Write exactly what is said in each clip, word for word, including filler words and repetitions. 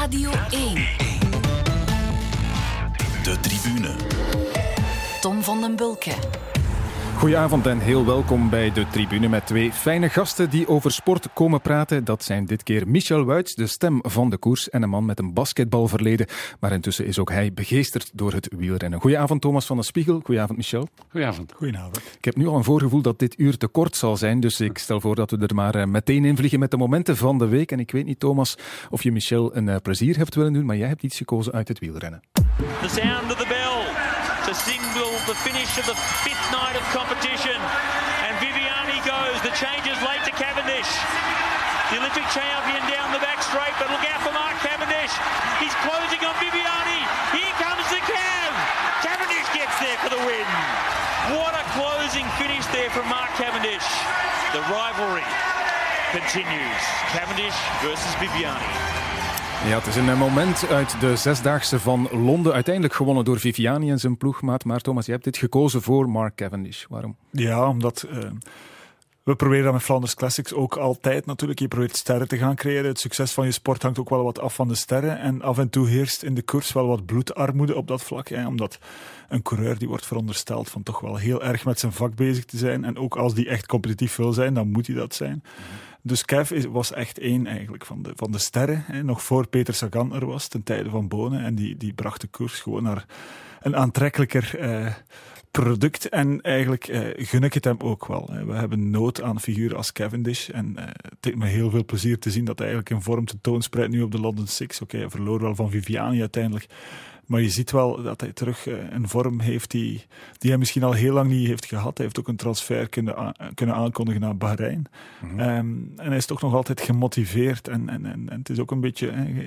Radio één. De tribune. Tom van den Bulke. Goedenavond en heel welkom bij De Tribune met twee fijne gasten die over sport komen praten. Dat zijn dit keer Michel Wuits, de stem van de koers en een man met een basketbalverleden. Maar intussen is ook hij begeesterd door het wielrennen. Goedenavond Thomas van de Spiegel. Goedenavond Michel. Goedenavond. Goedenavond. Ik heb nu al een voorgevoel dat dit uur te kort zal zijn, dus ik stel voor dat we er maar meteen in vliegen met de momenten van de week. En ik weet niet Thomas of je Michel een plezier hebt willen doen, maar jij hebt iets gekozen uit het wielrennen. The sound of the bell to signal the finish of the fifth night of competition. And Viviani goes. The change is late to Cavendish. The Olympic champion down the back straight, but look out for Mark Cavendish. He's closing on Viviani. Here comes the Cav. Cavendish gets there for the win. What a closing finish there from Mark Cavendish. The rivalry continues. Cavendish versus Viviani. Ja, het is een moment uit de zesdaagse van Londen. Uiteindelijk gewonnen door Viviani en zijn ploegmaat. Maar Thomas, je hebt dit gekozen voor Mark Cavendish. Waarom? Ja, omdat uh, we proberen dat met Flanders Classics ook altijd natuurlijk. Je probeert sterren te gaan creëren. Het succes van je sport hangt ook wel wat af van de sterren. En af en toe heerst in de koers wel wat bloedarmoede op dat vlak. Hè, omdat een coureur die wordt verondersteld van toch wel heel erg met zijn vak bezig te zijn. En ook als die echt competitief wil zijn, dan moet hij dat zijn. Mm-hmm. Dus Kev was echt één eigenlijk van de, van de sterren. Hè. Nog voor Peter Sagan er was, ten tijde van Bonen. En die, die bracht de koers gewoon naar een aantrekkelijker uh, product. En eigenlijk uh, gun ik het hem ook wel. Hè. We hebben nood aan figuren als Cavendish. En uh, het deed me heel veel plezier te zien dat hij eigenlijk in vorm tentoonspreidt nu op de London Six. Oké, okay, hij verloor wel van Viviani uiteindelijk. Maar je ziet wel dat hij terug een vorm heeft die, die hij misschien al heel lang niet heeft gehad. Hij heeft ook een transfer kunnen, a- kunnen aankondigen naar Bahrein. Mm-hmm. Um, en hij is toch nog altijd gemotiveerd. En, en, en, en het is ook een beetje uh,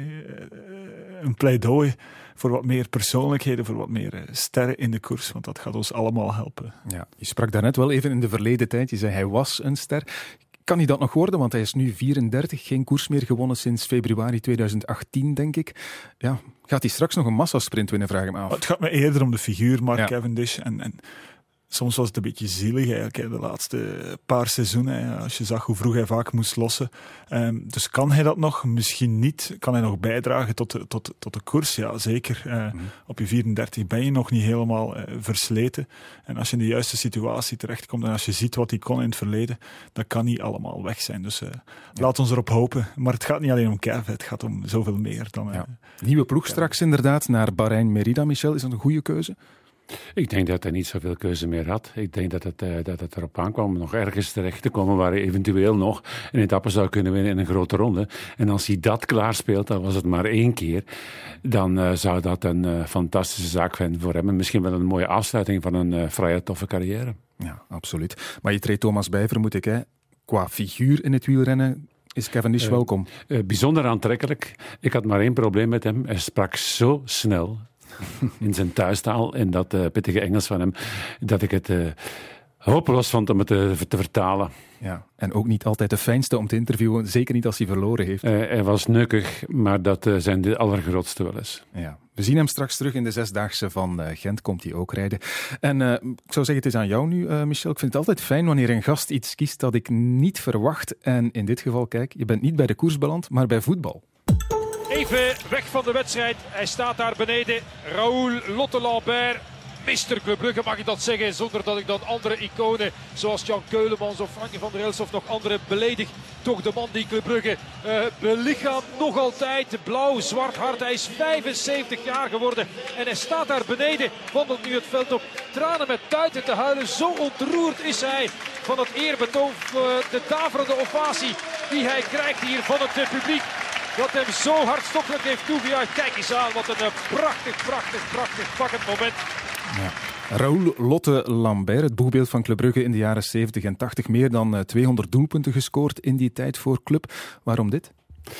een pleidooi voor wat meer persoonlijkheden, voor wat meer sterren in de koers. Want dat gaat ons allemaal helpen. Ja, je sprak daarnet wel even in de verleden tijd. Je zei hij was een ster. Kan hij dat nog worden? Want hij is nu vierendertig, geen koers meer gewonnen sinds februari tweeduizend achttien, denk ik. Ja, gaat hij straks nog een massasprint winnen, vraag ik me af. Het gaat me eerder om de figuur, Mark ja. Cavendish. En, en soms was het een beetje zielig eigenlijk, hè, de laatste paar seizoenen. Hè, als je zag hoe vroeg hij vaak moest lossen. Um, dus kan hij dat nog? Misschien niet. Kan hij nog bijdragen tot de, tot, tot de koers? Ja, zeker. Uh, mm. Op je vierendertig ben je nog niet helemaal uh, versleten. En als je in de juiste situatie terechtkomt en als je ziet wat hij kon in het verleden, dat kan niet allemaal weg zijn. Dus uh, ja. laat ons erop hopen. Maar het gaat niet alleen om Kev, het gaat om zoveel meer dan... Uh, ja. Nieuwe ploeg Kev. Straks inderdaad naar Bahrein Merida. Michel, is dat een goede keuze? Ik denk dat hij niet zoveel keuze meer had. Ik denk dat het, uh, dat het erop aankwam om nog ergens terecht te komen waar hij eventueel nog een etappe zou kunnen winnen in een grote ronde. En als hij dat klaarspeelt, dan was het maar één keer, dan uh, zou dat een uh, fantastische zaak zijn voor hem. En misschien wel een mooie afsluiting van een uh, vrije, toffe carrière. Ja, absoluut. Maar je treedt Thomas bij, vermoed ik, hè? Qua figuur in het wielrennen is Cavendish uh, welkom. Uh, bijzonder aantrekkelijk. Ik had maar één probleem met hem. Hij sprak zo snel in zijn thuistaal, in dat uh, pittige Engels van hem, dat ik het uh, hopeloos vond om het te, te vertalen. Ja, en ook niet altijd de fijnste om te interviewen, zeker niet als hij verloren heeft. Uh, hij was nukkig, maar dat uh, zijn de allergrootste wel eens. Ja. We zien hem straks terug in de zesdaagse van uh, Gent, komt hij ook rijden. En uh, ik zou zeggen, het is aan jou nu, uh, Michel. Ik vind het altijd fijn wanneer een gast iets kiest dat ik niet verwacht. En in dit geval, kijk, je bent niet bij de koers beland, maar bij voetbal. Even weg van de wedstrijd. Hij staat daar beneden. Raoul Lotte-Lambert. mister Club Brugge mag ik dat zeggen. Zonder dat ik dan andere iconen zoals Jan Keulemans of Frankie van der Elst of nog andere beledig. Toch de man die Club Brugge uh, belichaamt nog altijd. Blauw-zwart hart. Hij is vijfenzeventig jaar geworden. En hij staat daar beneden. Wandelt nu het veld op. Tranen met tuiten te huilen. Zo ontroerd is hij van het eerbetoon. Uh, de daverende ovatie die hij krijgt hier van het uh, publiek. Dat hem zo hartstochtelijk heeft toegejuicht. Kijk eens aan, wat een prachtig, prachtig, prachtig pakkend moment. Ja. Raoul Lotte-Lambert, het boegbeeld van Club Brugge in de jaren zeventig en tachtig. Meer dan tweehonderd doelpunten gescoord in die tijd voor club. Waarom dit?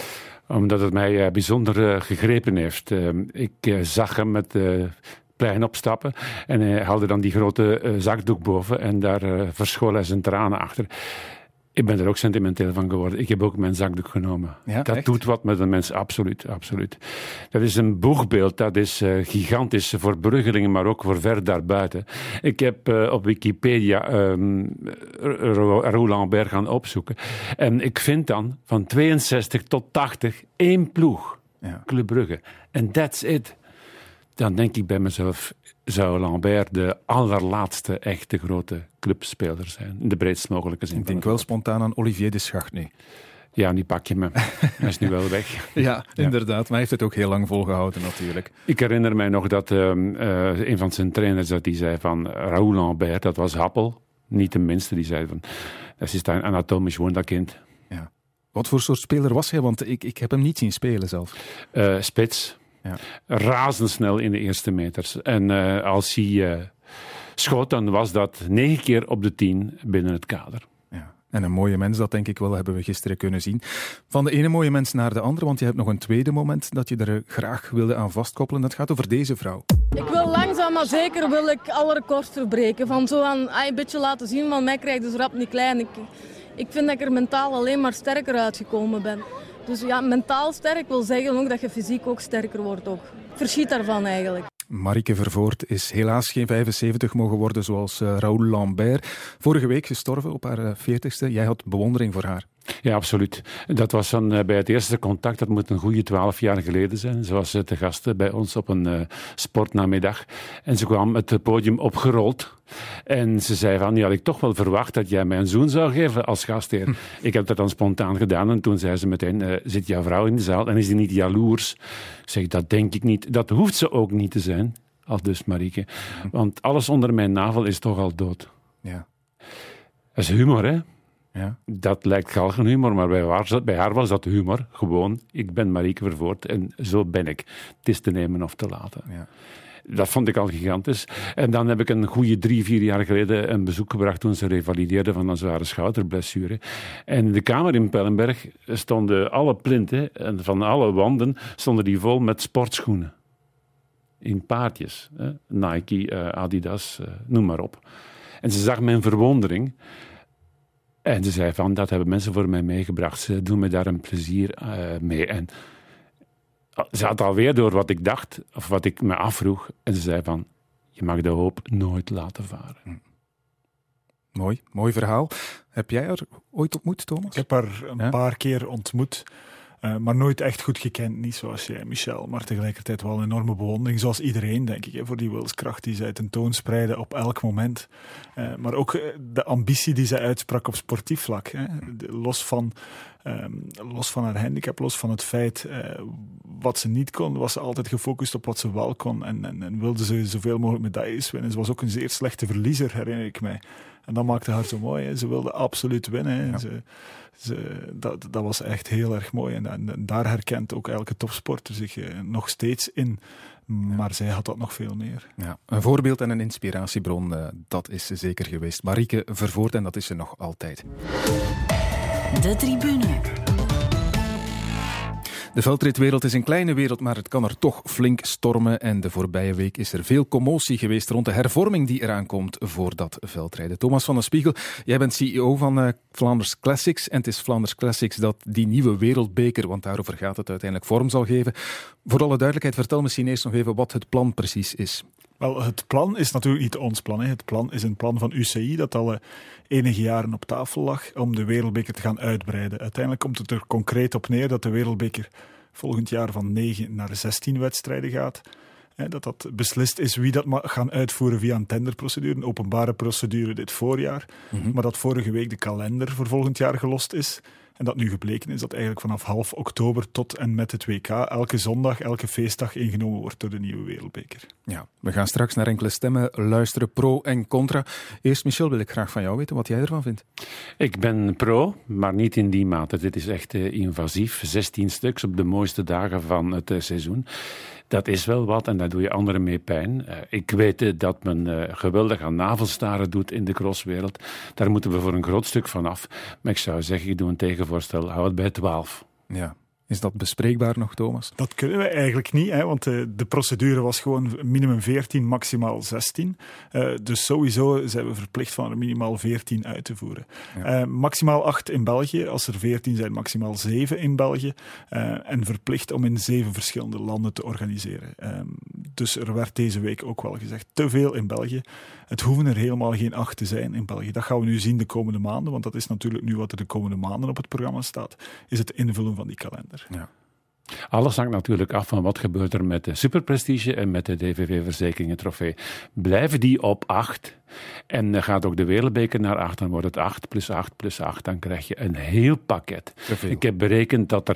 Omdat het mij uh, bijzonder uh, gegrepen heeft. Uh, ik uh, zag hem met uh, plein opstappen en hij haalde dan die grote uh, zakdoek boven en daar uh, verschool hij zijn tranen achter. Ik ben er ook sentimenteel van geworden. Ik heb ook mijn zakdoek genomen. Ja, dat echt? Doet wat met een mens, absoluut, absoluut. Dat is een boegbeeld, dat is uh, gigantisch voor Bruggelingen, maar ook voor ver daarbuiten. Ik heb uh, op Wikipedia um, Raoul Lambert gaan opzoeken. En ik vind dan van tweeënzestig tot tachtig één ploeg Ja. Club Brugge. En that's it. Dan denk ik bij mezelf, zou Lambert de allerlaatste echte grote clubspeler zijn? In de breedst mogelijke zin. Ik denk wel spontaan aan Olivier de Schacht nu. Ja, nu pak je me. Hij is nu wel weg. Ja, inderdaad. Maar hij heeft het ook heel lang volgehouden natuurlijk. Ik herinner mij nog dat uh, uh, een van zijn trainers dat die zei van Raoul Lambert, dat was Happel. Niet de minste, die zei van, dat is een anatomisch wonderkind. Ja. Wat voor soort speler was hij? Want ik, ik heb hem niet zien spelen zelf. Uh, spits. Ja. Razendsnel in de eerste meters. En uh, als hij uh, schoot, dan was dat negen keer op de tien binnen het kader. Ja. En een mooie mens, dat denk ik wel, hebben we gisteren kunnen zien. Van de ene mooie mens naar de andere, want je hebt nog een tweede moment dat je er graag wilde aan vastkoppelen. Dat gaat over deze vrouw. Ik wil langzaam maar zeker wil ik alle records verbreken. Van zo aan een beetje laten zien, van mij krijg je dus rap niet klein. Ik, ik vind dat ik er mentaal alleen maar sterker uitgekomen ben. Dus ja, mentaal sterk wil zeggen ook dat je fysiek ook sterker wordt. Ook. Ik verschiet daarvan eigenlijk. Marieke Vervoort is helaas geen vijfenzeventig mogen worden zoals uh, Raoul Lambert. Vorige week gestorven op haar veertigste. Jij had bewondering voor haar. Ja, absoluut. Dat was dan uh, bij het eerste contact, dat moet een goede twaalf jaar geleden zijn. Ze was uh, te gast bij ons op een uh, sportnamiddag. En ze kwam het podium opgerold. En ze zei van, ja, had ik toch wel verwacht dat jij mij een zoen zou geven als gastheer. Hm. Ik heb dat dan spontaan gedaan en toen zei ze meteen, uh, zit jouw vrouw in de zaal en is die niet jaloers? Ik zeg, dat denk ik niet. Dat hoeft ze ook niet te zijn, al dus Marieke. Hm. Want alles onder mijn navel is toch al dood. Ja. Dat is humor, hè? Ja. Dat lijkt galgenhumor, maar bij haar, bij haar was dat humor. Gewoon, ik ben Marieke Vervoort en zo ben ik. Het is te nemen of te laten. Ja. Dat vond ik al gigantisch. En dan heb ik een goede drie, vier jaar geleden een bezoek gebracht toen ze revalideerde van een zware schouderblessure. En in de kamer in Pellenberg stonden alle plinten en van alle wanden stonden die vol met sportschoenen. In paardjes. Hè? Nike, uh, Adidas, uh, noem maar op. En ze zag mijn verwondering. En ze zei van, dat hebben mensen voor mij meegebracht. Ze doen me daar een plezier uh, mee. En ze had alweer door wat ik dacht, of wat ik me afvroeg. En ze zei van, je mag de hoop nooit laten varen. Hm. Mooi, mooi verhaal. Heb jij haar ooit ontmoet, Thomas? Ik heb haar een ja? paar keer ontmoet. Uh, maar nooit echt goed gekend, niet zoals jij, Michel. Maar tegelijkertijd wel een enorme bewondering, zoals iedereen, denk ik, hè, voor die wilskracht die zij tentoonspreidde op elk moment. Uh, maar ook uh, de ambitie die zij uitsprak op sportief vlak. Hè. De, los, van, um, los van haar handicap, los van het feit uh, wat ze niet kon, was ze altijd gefocust op wat ze wel kon. En, en, en wilde ze zoveel mogelijk medailles winnen. Ze was ook een zeer slechte verliezer, herinner ik mij. En dat maakte haar zo mooi. Hè. Ze wilde absoluut winnen. Hè. Ja. Ze, ze, dat, dat was echt heel erg mooi. En, en, en daar herkent ook elke topsporter zich uh, nog steeds in. Maar ja. zij had dat nog veel meer. Ja, een voorbeeld en een inspiratiebron, uh, dat is ze zeker geweest. Marieke Vervoort, en dat is ze nog altijd. De tribune. De veldritwereld is een kleine wereld, maar het kan er toch flink stormen. En de voorbije week is er veel commotie geweest rond de hervorming die eraan komt voor dat veldrijden. Thomas van den Spiegel, jij bent C E O van uh, Flanders Classics. En het is Flanders Classics dat die nieuwe wereldbeker, want daarover gaat het uiteindelijk, vorm zal geven. Voor alle duidelijkheid, vertel misschien eerst nog even wat het plan precies is. Wel, het plan is natuurlijk niet ons plan. Hè. Het plan is een plan van U C I dat al uh, enige jaren op tafel lag om de wereldbeker te gaan uitbreiden. Uiteindelijk komt het er concreet op neer dat de wereldbeker volgend jaar van negen naar zestien wedstrijden gaat. Hè, dat dat beslist is wie dat mag gaan uitvoeren via een tenderprocedure, een openbare procedure dit voorjaar. Mm-hmm. Maar dat vorige week de kalender voor volgend jaar gelost is. En dat nu gebleken is dat eigenlijk vanaf half oktober tot en met het W K elke zondag, elke feestdag ingenomen wordt door de nieuwe wereldbeker. Ja, we gaan straks naar enkele stemmen luisteren, pro en contra. Eerst, Michel, wil ik graag van jou weten wat jij ervan vindt. Ik ben pro, maar niet in die mate. Dit is echt uh, invasief. zestien stuks op de mooiste dagen van het uh, seizoen. Dat is wel wat en daar doe je anderen mee pijn. Uh, ik weet uh, dat men uh, geweldig aan navelstaren doet in de crosswereld. Daar moeten we voor een groot stuk van af. Maar ik zou zeggen, ik doe een tegenvoorstel. Hou het bij twaalf. Ja. Is dat bespreekbaar nog, Thomas? Dat kunnen we eigenlijk niet, hè, want uh, de procedure was gewoon minimum veertien, maximaal zestien. Uh, dus sowieso zijn we verplicht van er minimaal veertien uit te voeren. Ja. Uh, maximaal acht in België, als er veertien zijn, maximaal zeven in België. Uh, en verplicht om in zeven verschillende landen te organiseren. Uh, dus er werd deze week ook wel gezegd, te veel in België. Het hoeven er helemaal geen acht te zijn in België. Dat gaan we nu zien de komende maanden, want dat is natuurlijk nu wat er de komende maanden op het programma staat, is het invullen van die kalender. Ja. Alles hangt natuurlijk af van wat gebeurt er met de Superprestige en met de D V V-verzekeringen trofee. Blijven die op acht en dan gaat ook de Wereldbeker naar acht, dan wordt het acht plus acht plus acht. Dan krijg je een heel pakket. Ik heb berekend dat er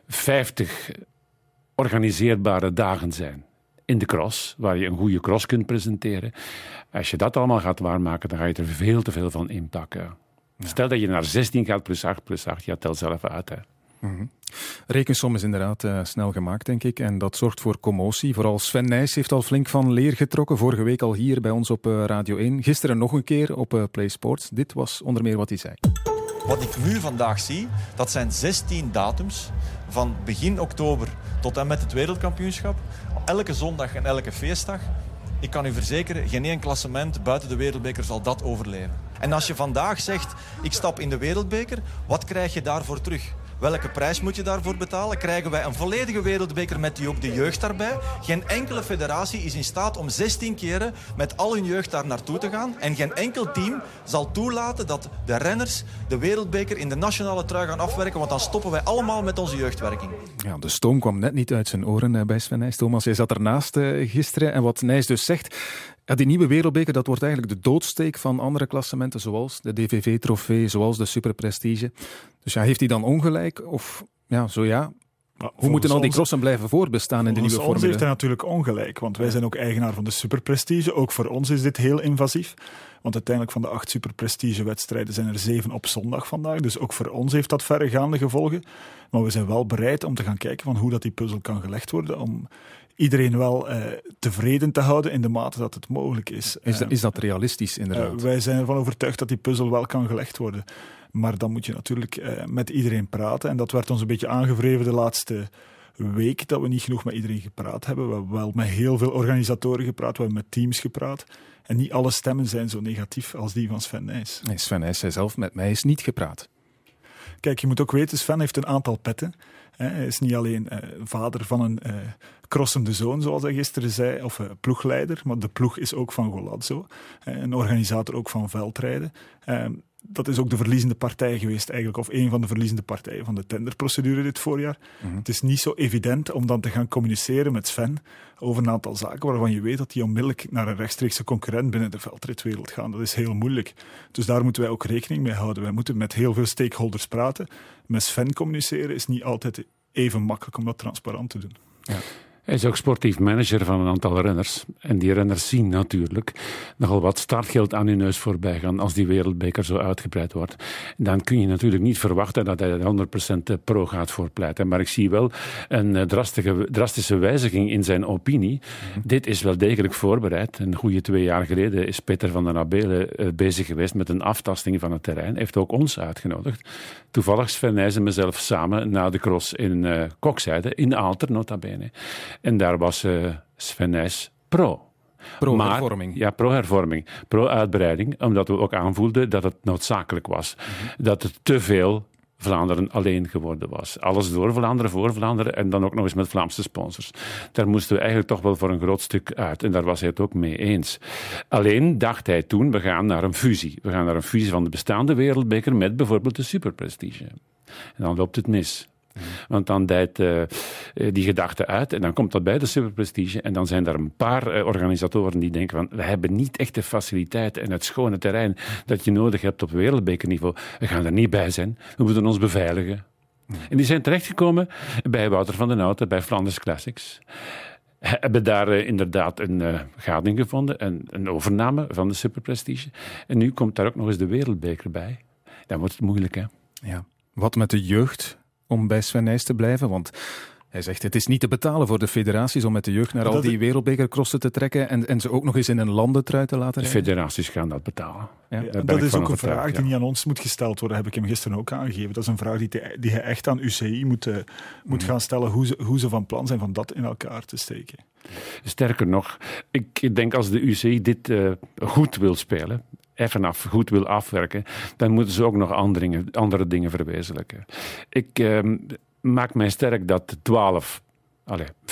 vijftig organiseerbare dagen zijn in de cross, waar je een goede cross kunt presenteren. Als je dat allemaal gaat waarmaken, dan ga je er veel te veel van inpakken. Ja. Stel dat je naar zestien gaat plus acht plus acht, ja, tel zelf uit, hè. Mm-hmm. Rekensom is inderdaad uh, snel gemaakt, denk ik. En dat zorgt voor commotie. Vooral Sven Nys heeft al flink van leer getrokken. Vorige week al hier bij ons op uh, Radio één. Gisteren nog een keer op uh, Play Sports. Dit was onder meer wat hij zei. Wat ik nu vandaag zie, dat zijn zestien datums. Van begin oktober tot en met het wereldkampioenschap. Elke zondag en elke feestdag. Ik kan u verzekeren, geen één klassement buiten de wereldbeker zal dat overleven. En als je vandaag zegt, ik stap in de wereldbeker, wat krijg je daarvoor terug? Welke prijs moet je daarvoor betalen? Krijgen wij een volledige wereldbeker met die ook de jeugd daarbij? Geen enkele federatie is in staat om zestien keren met al hun jeugd daar naartoe te gaan. En geen enkel team zal toelaten dat de renners de wereldbeker in de nationale trui gaan afwerken. Want dan stoppen wij allemaal met onze jeugdwerking. Ja, de stoom kwam net niet uit zijn oren bij Sven Nys. Thomas, jij zat ernaast uh, gisteren. En wat Nys dus zegt, ja, die nieuwe wereldbeker, dat wordt eigenlijk de doodsteek van andere klassementen, zoals de D V V-trofee, zoals de Superprestige. Dus ja, heeft hij dan ongelijk? Of ja, zo ja. Maar hoe moeten al die crossen blijven voorbestaan in de nieuwe formule? Ons heeft hij natuurlijk ongelijk, want wij zijn ook eigenaar van de Superprestige. Ook voor ons is dit heel invasief. Want uiteindelijk van de acht Superprestige-wedstrijden zijn er zeven op zondag vandaag. Dus ook voor ons heeft dat verregaande gevolgen. Maar we zijn wel bereid om te gaan kijken van hoe dat die puzzel kan gelegd worden. Om iedereen wel uh, tevreden te houden in de mate dat het mogelijk is. Is, dat, is dat realistisch inderdaad? Uh, wij zijn ervan overtuigd dat die puzzel wel kan gelegd worden. Maar dan moet je natuurlijk uh, met iedereen praten. En dat werd ons een beetje aangevreven de laatste week, dat we niet genoeg met iedereen gepraat hebben. We hebben wel met heel veel organisatoren gepraat, we hebben met teams gepraat. En niet alle stemmen zijn zo negatief als die van Sven Nys. Nee, Sven Nys zei zelf, met mij is niet gepraat. Kijk, je moet ook weten, Sven heeft een aantal petten. Hij is niet alleen uh, vader van een uh, crossende zoon, zoals hij gisteren zei, of uh, ploegleider, maar de ploeg is ook van Golazzo. Uh, een organisator ook van veldrijden. Uh, dat is ook de verliezende partij geweest eigenlijk, of een van de verliezende partijen van de tenderprocedure dit voorjaar. Mm-hmm. Het is niet zo evident om dan te gaan communiceren met Sven over een aantal zaken waarvan je weet dat die onmiddellijk naar een rechtstreekse concurrent binnen de veldritwereld gaan. Dat is heel moeilijk. Dus daar moeten wij ook rekening mee houden. Wij moeten met heel veel stakeholders praten. Met Sven communiceren is niet altijd even makkelijk om dat transparant te doen. Ja. Hij is ook sportief manager van een aantal renners. En die renners zien natuurlijk nogal wat startgeld aan hun neus voorbij gaan als die wereldbeker zo uitgebreid wordt. Dan kun je natuurlijk niet verwachten dat hij honderd procent pro gaat voorpleiten. Maar ik zie wel een drastische, drastische wijziging in zijn opinie. Mm-hmm. Dit is wel degelijk voorbereid. Een goede twee jaar geleden is Peter van den Abelen uh, bezig geweest met een aftasting van het terrein. Hij heeft ook ons uitgenodigd. Toevallig Sven Nys en mezelf samen na de cross in uh, Kokzijde, in Aalter nota bene. En daar was uh, Sven Nys pro. Pro-hervorming. Ja, pro-hervorming. Pro-uitbreiding, omdat we ook aanvoelden dat het noodzakelijk was. Mm-hmm. Dat het te veel Vlaanderen alleen geworden was. Alles door Vlaanderen, voor Vlaanderen en dan ook nog eens met Vlaamse sponsors. Daar moesten we eigenlijk toch wel voor een groot stuk uit. En daar was hij het ook mee eens. Alleen dacht hij toen, we gaan naar een fusie. We gaan naar een fusie van de bestaande wereldbeker met bijvoorbeeld de Superprestige. En dan loopt het mis. Want dan dijt uh, die gedachte uit en dan komt dat bij de Superprestige en dan zijn er een paar uh, organisatoren die denken van we hebben niet echt de faciliteiten en het schone terrein dat je nodig hebt op wereldbekerniveau. We gaan er niet bij zijn. We moeten ons beveiligen. En die zijn terechtgekomen bij Wouter van den Houten, bij Flanders Classics. Hebben daar uh, inderdaad een uh, gading gevonden, een, een overname van de Superprestige. En nu komt daar ook nog eens de wereldbeker bij. Dan wordt het moeilijk, hè? Ja. Wat met de jeugd? Om bij Sven Nys te blijven, want hij zegt het is niet te betalen voor de federaties om met de jeugd naar al die wereldbekercrossen te trekken en, en ze ook nog eens in een landentrui te laten rijden. De federaties gaan dat betalen. Ja. Ja, dat is ook een vraag ja. die niet aan ons moet gesteld worden, heb ik hem gisteren ook aangegeven. Dat is een vraag die, te, die hij echt aan U C I moet, uh, moet mm. gaan stellen, hoe ze, hoe ze van plan zijn van dat in elkaar te steken. Sterker nog, ik denk als de U C I dit uh, goed wil spelen, even af, goed wil afwerken, dan moeten ze ook nog andere, andere dingen verwezenlijken. Ik uh, maak mij sterk dat twaalf, allez,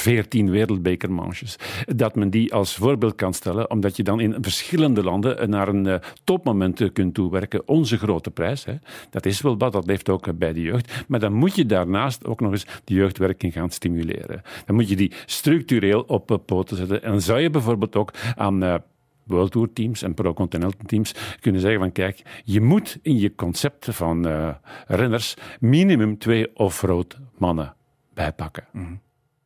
veertien wereldbekermanches. Dat men die als voorbeeld kan stellen, omdat je dan in verschillende landen naar een uh, topmoment kunt toewerken. Onze grote prijs, hè. Dat is wel wat, dat leeft ook uh, bij de jeugd. Maar dan moet je daarnaast ook nog eens de jeugdwerking gaan stimuleren. Dan moet je die structureel op uh, poten zetten. En dan zou je bijvoorbeeld ook aan uh, World Tour teams en Pro Continental teams kunnen zeggen van kijk, je moet in je concept van uh, renners minimum twee off-road mannen bijpakken. Mm-hmm.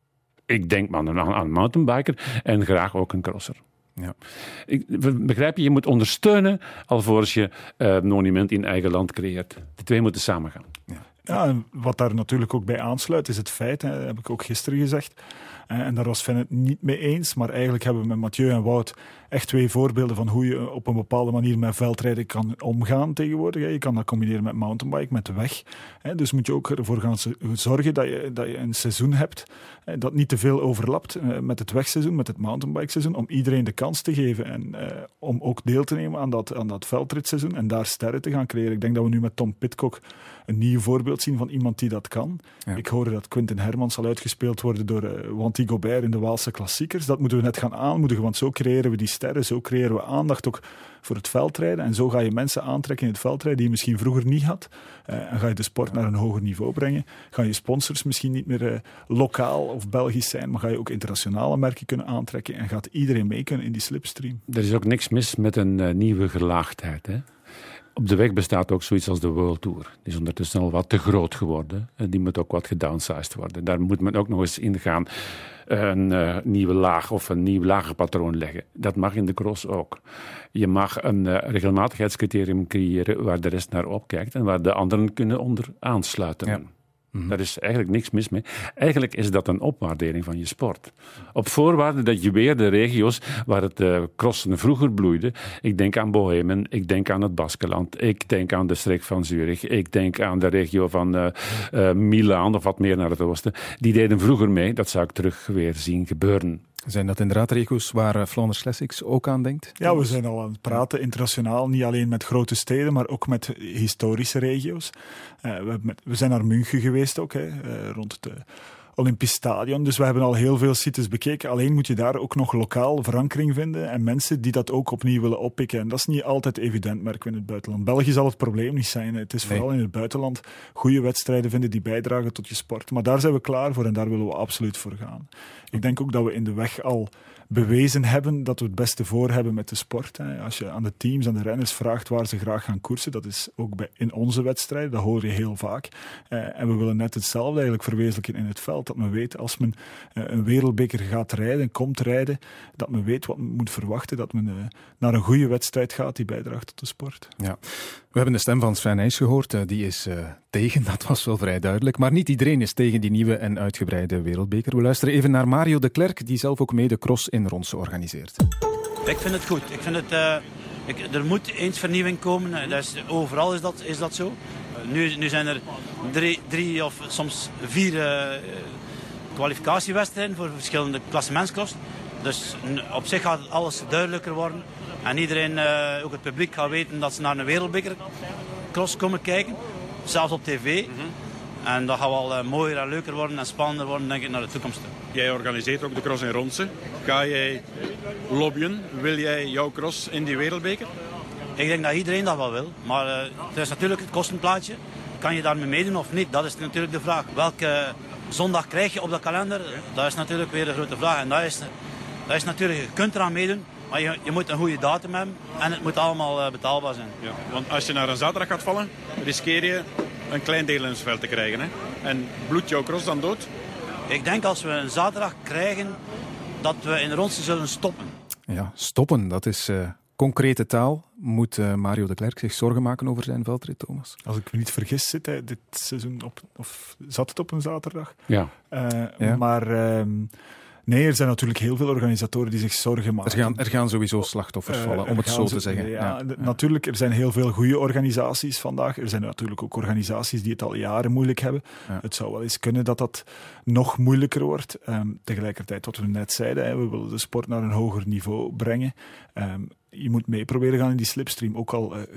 Ik denk maar aan, aan een mountainbiker en graag ook een crosser. Ja. Ik, begrijp je, je moet ondersteunen alvorens je uh, een monument in eigen land creëert. De twee moeten samengaan. Ja. Ja, en wat daar natuurlijk ook bij aansluit is het feit, hè, dat heb ik ook gisteren gezegd, en daar was Sven het niet mee eens, maar eigenlijk hebben we met Mathieu en Wout echt twee voorbeelden van hoe je op een bepaalde manier met veldrijden kan omgaan tegenwoordig. Je kan dat combineren met mountainbike, met de weg. Dus moet je ook ervoor gaan zorgen dat je, dat je een seizoen hebt dat niet te veel overlapt met het wegseizoen, met het mountainbike-seizoen, om iedereen de kans te geven en uh, om ook deel te nemen aan dat, aan dat veldritseizoen en daar sterren te gaan creëren. Ik denk dat we nu met Tom Pidcock een nieuw voorbeeld zien van iemand die dat kan. Ja. Ik hoorde dat Quinten Hermans zal uitgespeeld worden door uh, Wanty Gobert in de Waalse klassiekers. Dat moeten we net gaan aanmoedigen, want zo creëren we die sterren, zo creëren we aandacht ook voor het veldrijden. En zo ga je mensen aantrekken in het veldrijden die je misschien vroeger niet had. Uh, en ga je de sport naar een hoger niveau brengen. Ga je sponsors misschien niet meer uh, lokaal of Belgisch zijn, maar ga je ook internationale merken kunnen aantrekken en gaat iedereen mee kunnen in die slipstream. Er is ook niks mis met een uh, nieuwe gelaagdheid, hè? Op de weg bestaat ook zoiets als de World Tour. Die is ondertussen al wat te groot geworden. En die moet ook wat gedownsized worden. Daar moet men ook nog eens in gaan een uh, nieuwe laag of een nieuw lagerpatroon leggen. Dat mag in de cross ook. Je mag een uh, regelmatigheidscriterium creëren waar de rest naar opkijkt en waar de anderen kunnen onder aansluiten. Ja. Mm-hmm. Daar is eigenlijk niks mis mee. Eigenlijk is dat een opwaardering van je sport. Op voorwaarde dat je weer de regio's waar het uh, crossen vroeger bloeide. Ik denk aan Bohemen, ik denk aan het Baskeland, ik denk aan de streek van Zurich, ik denk aan de regio van uh, uh, Milaan of wat meer naar het oosten. Die deden vroeger mee, dat zou ik terug weer zien gebeuren. Zijn dat inderdaad regio's waar Flanders Classics ook aan denkt? Ja, we zijn al aan het praten internationaal, niet alleen met grote steden, maar ook met historische regio's. Uh, we, met, we zijn naar München geweest ook, hè, uh, rond het uh, Olympisch Stadion. Dus we hebben al heel veel sites bekeken. Alleen moet je daar ook nog lokaal verankering vinden en mensen die dat ook opnieuw willen oppikken. En dat is niet altijd evident, merken we in het buitenland. België zal het probleem niet zijn. Het is vooral nee. in het buitenland goede wedstrijden vinden die bijdragen tot je sport. Maar daar zijn we klaar voor en daar willen we absoluut voor gaan. Ik denk ook dat we in de weg al bewezen hebben dat we het beste voor hebben met de sport. Als je aan de teams, aan de renners vraagt waar ze graag gaan koersen, dat is ook bij, in onze wedstrijden, dat hoor je heel vaak. Uh, en we willen net hetzelfde eigenlijk verwezenlijken in het veld. Dat men weet, als men uh, een wereldbeker gaat rijden, komt rijden, dat men weet wat men moet verwachten, dat men uh, naar een goede wedstrijd gaat die bijdraagt tot de sport. Ja. We hebben de stem van Sven Nys gehoord. Uh, die is uh, tegen, dat was wel vrij duidelijk. Maar niet iedereen is tegen die nieuwe en uitgebreide wereldbeker. We luisteren even naar Mario de Klerk, die zelf ook mee de cross in Ronse organiseert. Ik vind het goed. Ik vind het, uh, ik, er moet eens vernieuwing komen. Dat is, overal is dat, is dat zo. Uh, nu, nu zijn er drie, drie of soms vier uh, kwalificatiewedstrijden voor verschillende klassementscross. Dus op zich gaat alles duidelijker worden. En iedereen, uh, ook het publiek, gaat weten dat ze naar een wereldbekercross komen kijken. Zelfs op tv. Mm-hmm. En dat gaat wel uh, mooier en leuker worden en spannender worden, denk ik, naar de toekomst. Jij organiseert ook de cross in Ronse. Ga jij lobbyen? Wil jij jouw cross in die wereldbeker? Ik denk dat iedereen dat wel wil. Maar uh, het is natuurlijk het kostenplaatje. Kan je daarmee meedoen of niet? Dat is natuurlijk de vraag. Welke zondag krijg je op de kalender? Dat is natuurlijk weer de grote vraag. En dat is, dat is natuurlijk, je kunt eraan meedoen. Maar je, je moet een goede datum hebben en het moet allemaal uh, betaalbaar zijn. Ja, want als je naar een zaterdag gaat vallen, riskeer je een klein deel in het veld te krijgen. Hè? En bloedt jouw cross dan dood? Ik denk als we een zaterdag krijgen, dat we in Ronse zullen stoppen. Ja, stoppen, dat is uh, concrete taal. Moet uh, Mario de Klerk zich zorgen maken over zijn veldrit, Thomas? Als ik me niet vergis, zit hij dit seizoen op, of zat het op een zaterdag? Ja. Uh, ja. Maar... Uh, Nee, er zijn natuurlijk heel veel organisatoren die zich zorgen maken. Er gaan, er gaan sowieso slachtoffers uh, vallen, om het zo ze, te zeggen. Ja, ja, de, ja. Natuurlijk, er zijn heel veel goede organisaties vandaag. Er zijn natuurlijk ook organisaties die het al jaren moeilijk hebben. Ja. Het zou wel eens kunnen dat dat nog moeilijker wordt. Um, tegelijkertijd, wat we net zeiden, hè, we willen de sport naar een hoger niveau brengen. Um, je moet mee proberen gaan in die slipstream. Ook al... Uh,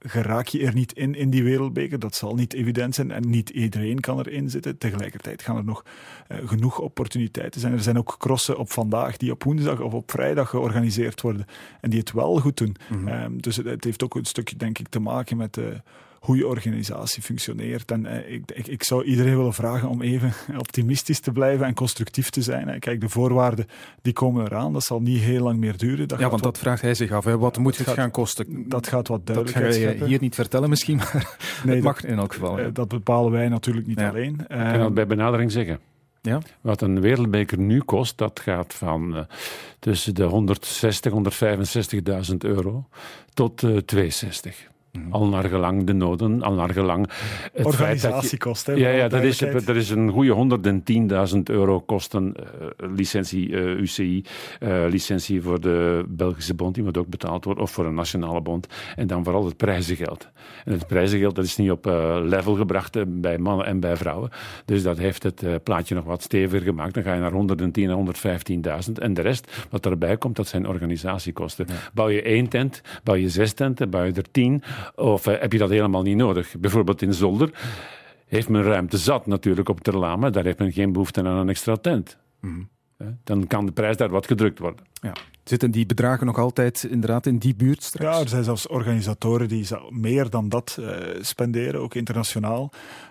geraak je er niet in, in die wereldbeker. Dat zal niet evident zijn en niet iedereen kan erin zitten. Tegelijkertijd gaan er nog uh, genoeg opportuniteiten zijn. Er zijn ook crossen op vandaag die op woensdag of op vrijdag georganiseerd worden en die het wel goed doen. Mm-hmm. Um, dus het, het heeft ook een stukje, denk ik, te maken met... Uh, hoe je organisatie functioneert. En eh, ik, ik, ik zou iedereen willen vragen om even optimistisch te blijven en constructief te zijn. Hè. Kijk, de voorwaarden die komen eraan. Dat zal niet heel lang meer duren. Dat ja, want wat, dat vraagt hij zich af. Hè. Wat ja, moet het gaat, gaan kosten? Dat gaat wat duidelijkheid Dat ga je scheppen. hier niet vertellen misschien, maar nee, het mag in elk geval. Uh, dat bepalen wij natuurlijk niet ja. alleen. Ik kan dat bij benadering zeggen. Ja? Wat een wereldbeker nu kost, dat gaat van uh, tussen de honderdzestig, honderdvijfenzestigduizend euro tot uh, tweehonderdzestig. Al naar gelang de noden, al naar gelang... Het organisatiekosten. Ja, ja dat, is, dat is een goede honderdtienduizend euro kosten. Uh, licentie uh, U C I, uh, licentie voor de Belgische bond, die moet ook betaald worden, of voor een nationale bond. En dan vooral het prijzengeld. En het prijzengeld dat is niet op uh, level gebracht uh, bij mannen en bij vrouwen. Dus dat heeft het uh, plaatje nog wat steviger gemaakt. Dan ga je naar honderdtien à honderdvijftienduizend. En de rest, wat erbij komt, dat zijn organisatiekosten. Ja. Bouw je één tent, bouw je zes tenten, bouw je er tien... Of uh, heb je dat helemaal niet nodig? Bijvoorbeeld in Zolder heeft men ruimte zat natuurlijk op Ter Laan, maar daar heeft men geen behoefte aan een extra tent. Mm-hmm. Uh, dan kan de prijs daar wat gedrukt worden. Ja. Zitten die bedragen nog altijd inderdaad in die buurt straks? Ja, er zijn zelfs organisatoren die meer dan dat uh, spenderen, ook internationaal.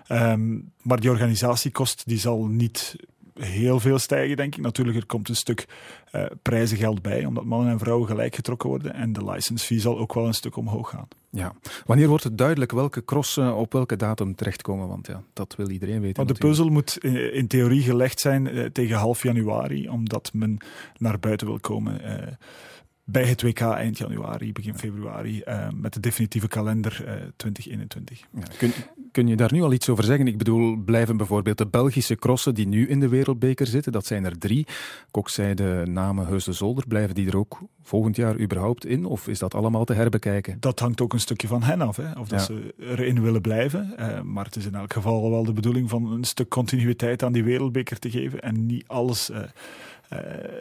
Um, maar die organisatiekost die zal niet... heel veel stijgen, denk ik. Natuurlijk, er komt een stuk uh, prijzengeld bij, omdat mannen en vrouwen gelijk getrokken worden. En de license fee zal ook wel een stuk omhoog gaan. Ja. Wanneer wordt het duidelijk welke crossen op welke datum terechtkomen? Want ja, dat wil iedereen weten. Maar de puzzel moet in, in theorie gelegd zijn uh, tegen half januari, omdat men naar buiten wil komen... Uh, bij het W K eind januari, begin februari, uh, met de definitieve kalender uh, twintig eenentwintig. Ja, kun, kun je daar nu al iets over zeggen? Ik bedoel, blijven bijvoorbeeld de Belgische crossen die nu in de wereldbeker zitten, dat zijn er drie. Kokzijde, Namen, Heusden, Zolder, blijven die er ook volgend jaar überhaupt in? Of is dat allemaal te herbekijken? Dat hangt ook een stukje van hen af, hè? Of dat ja. ze erin willen blijven. Uh, maar het is in elk geval wel de bedoeling van een stuk continuïteit aan die wereldbeker te geven en niet alles... Uh, Uh,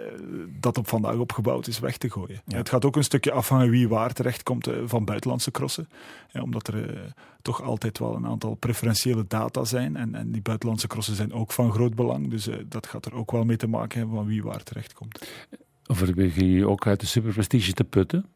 dat op vandaag opgebouwd is, weg te gooien. Ja. Het gaat ook een stukje afhangen wie waar terechtkomt uh, van buitenlandse crossen. Ja, omdat er uh, toch altijd wel een aantal preferentiële data zijn. En, en die buitenlandse crossen zijn ook van groot belang. Dus uh, dat gaat er ook wel mee te maken hebben van wie waar terechtkomt. Overwegen je ook uit de superprestige te putten?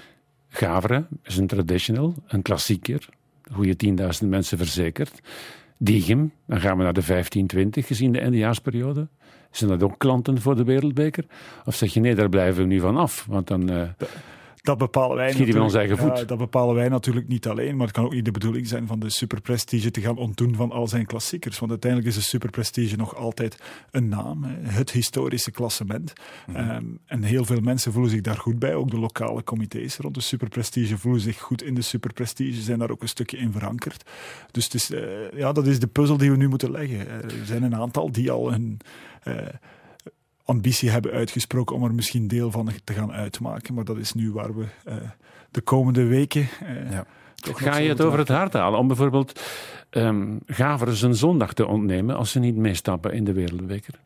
Gavre is een traditional, een klassieker. Goede tienduizend mensen verzekerd. Diegem, dan gaan we naar de vijftien twintig gezien de eindejaarsperiode. Zijn dat ook klanten voor de wereldbeker? Of zeg je nee, daar blijven we nu van af? Want dan uh, dat bepalen wij schieten we ons eigen voet. Ja, dat bepalen wij natuurlijk niet alleen, maar het kan ook niet de bedoeling zijn van de superprestige te gaan ontdoen van al zijn klassiekers. Want uiteindelijk is de superprestige nog altijd een naam, het historische klassement. Mm-hmm. Um, en heel veel mensen voelen zich daar goed bij, ook de lokale comité's rond de superprestige voelen zich goed in de superprestige, zijn daar ook een stukje in verankerd. Dus het is, uh, ja, dat is de puzzel die we nu moeten leggen. Uh, er zijn een aantal die al een... Uh, ambitie hebben uitgesproken om er misschien deel van te gaan uitmaken. Maar dat is nu waar we uh, de komende weken... Uh, ja. toch Ga je het over het hart halen om bijvoorbeeld um, Gaveren zijn zondag te ontnemen als ze niet meestappen in de wereldbeker?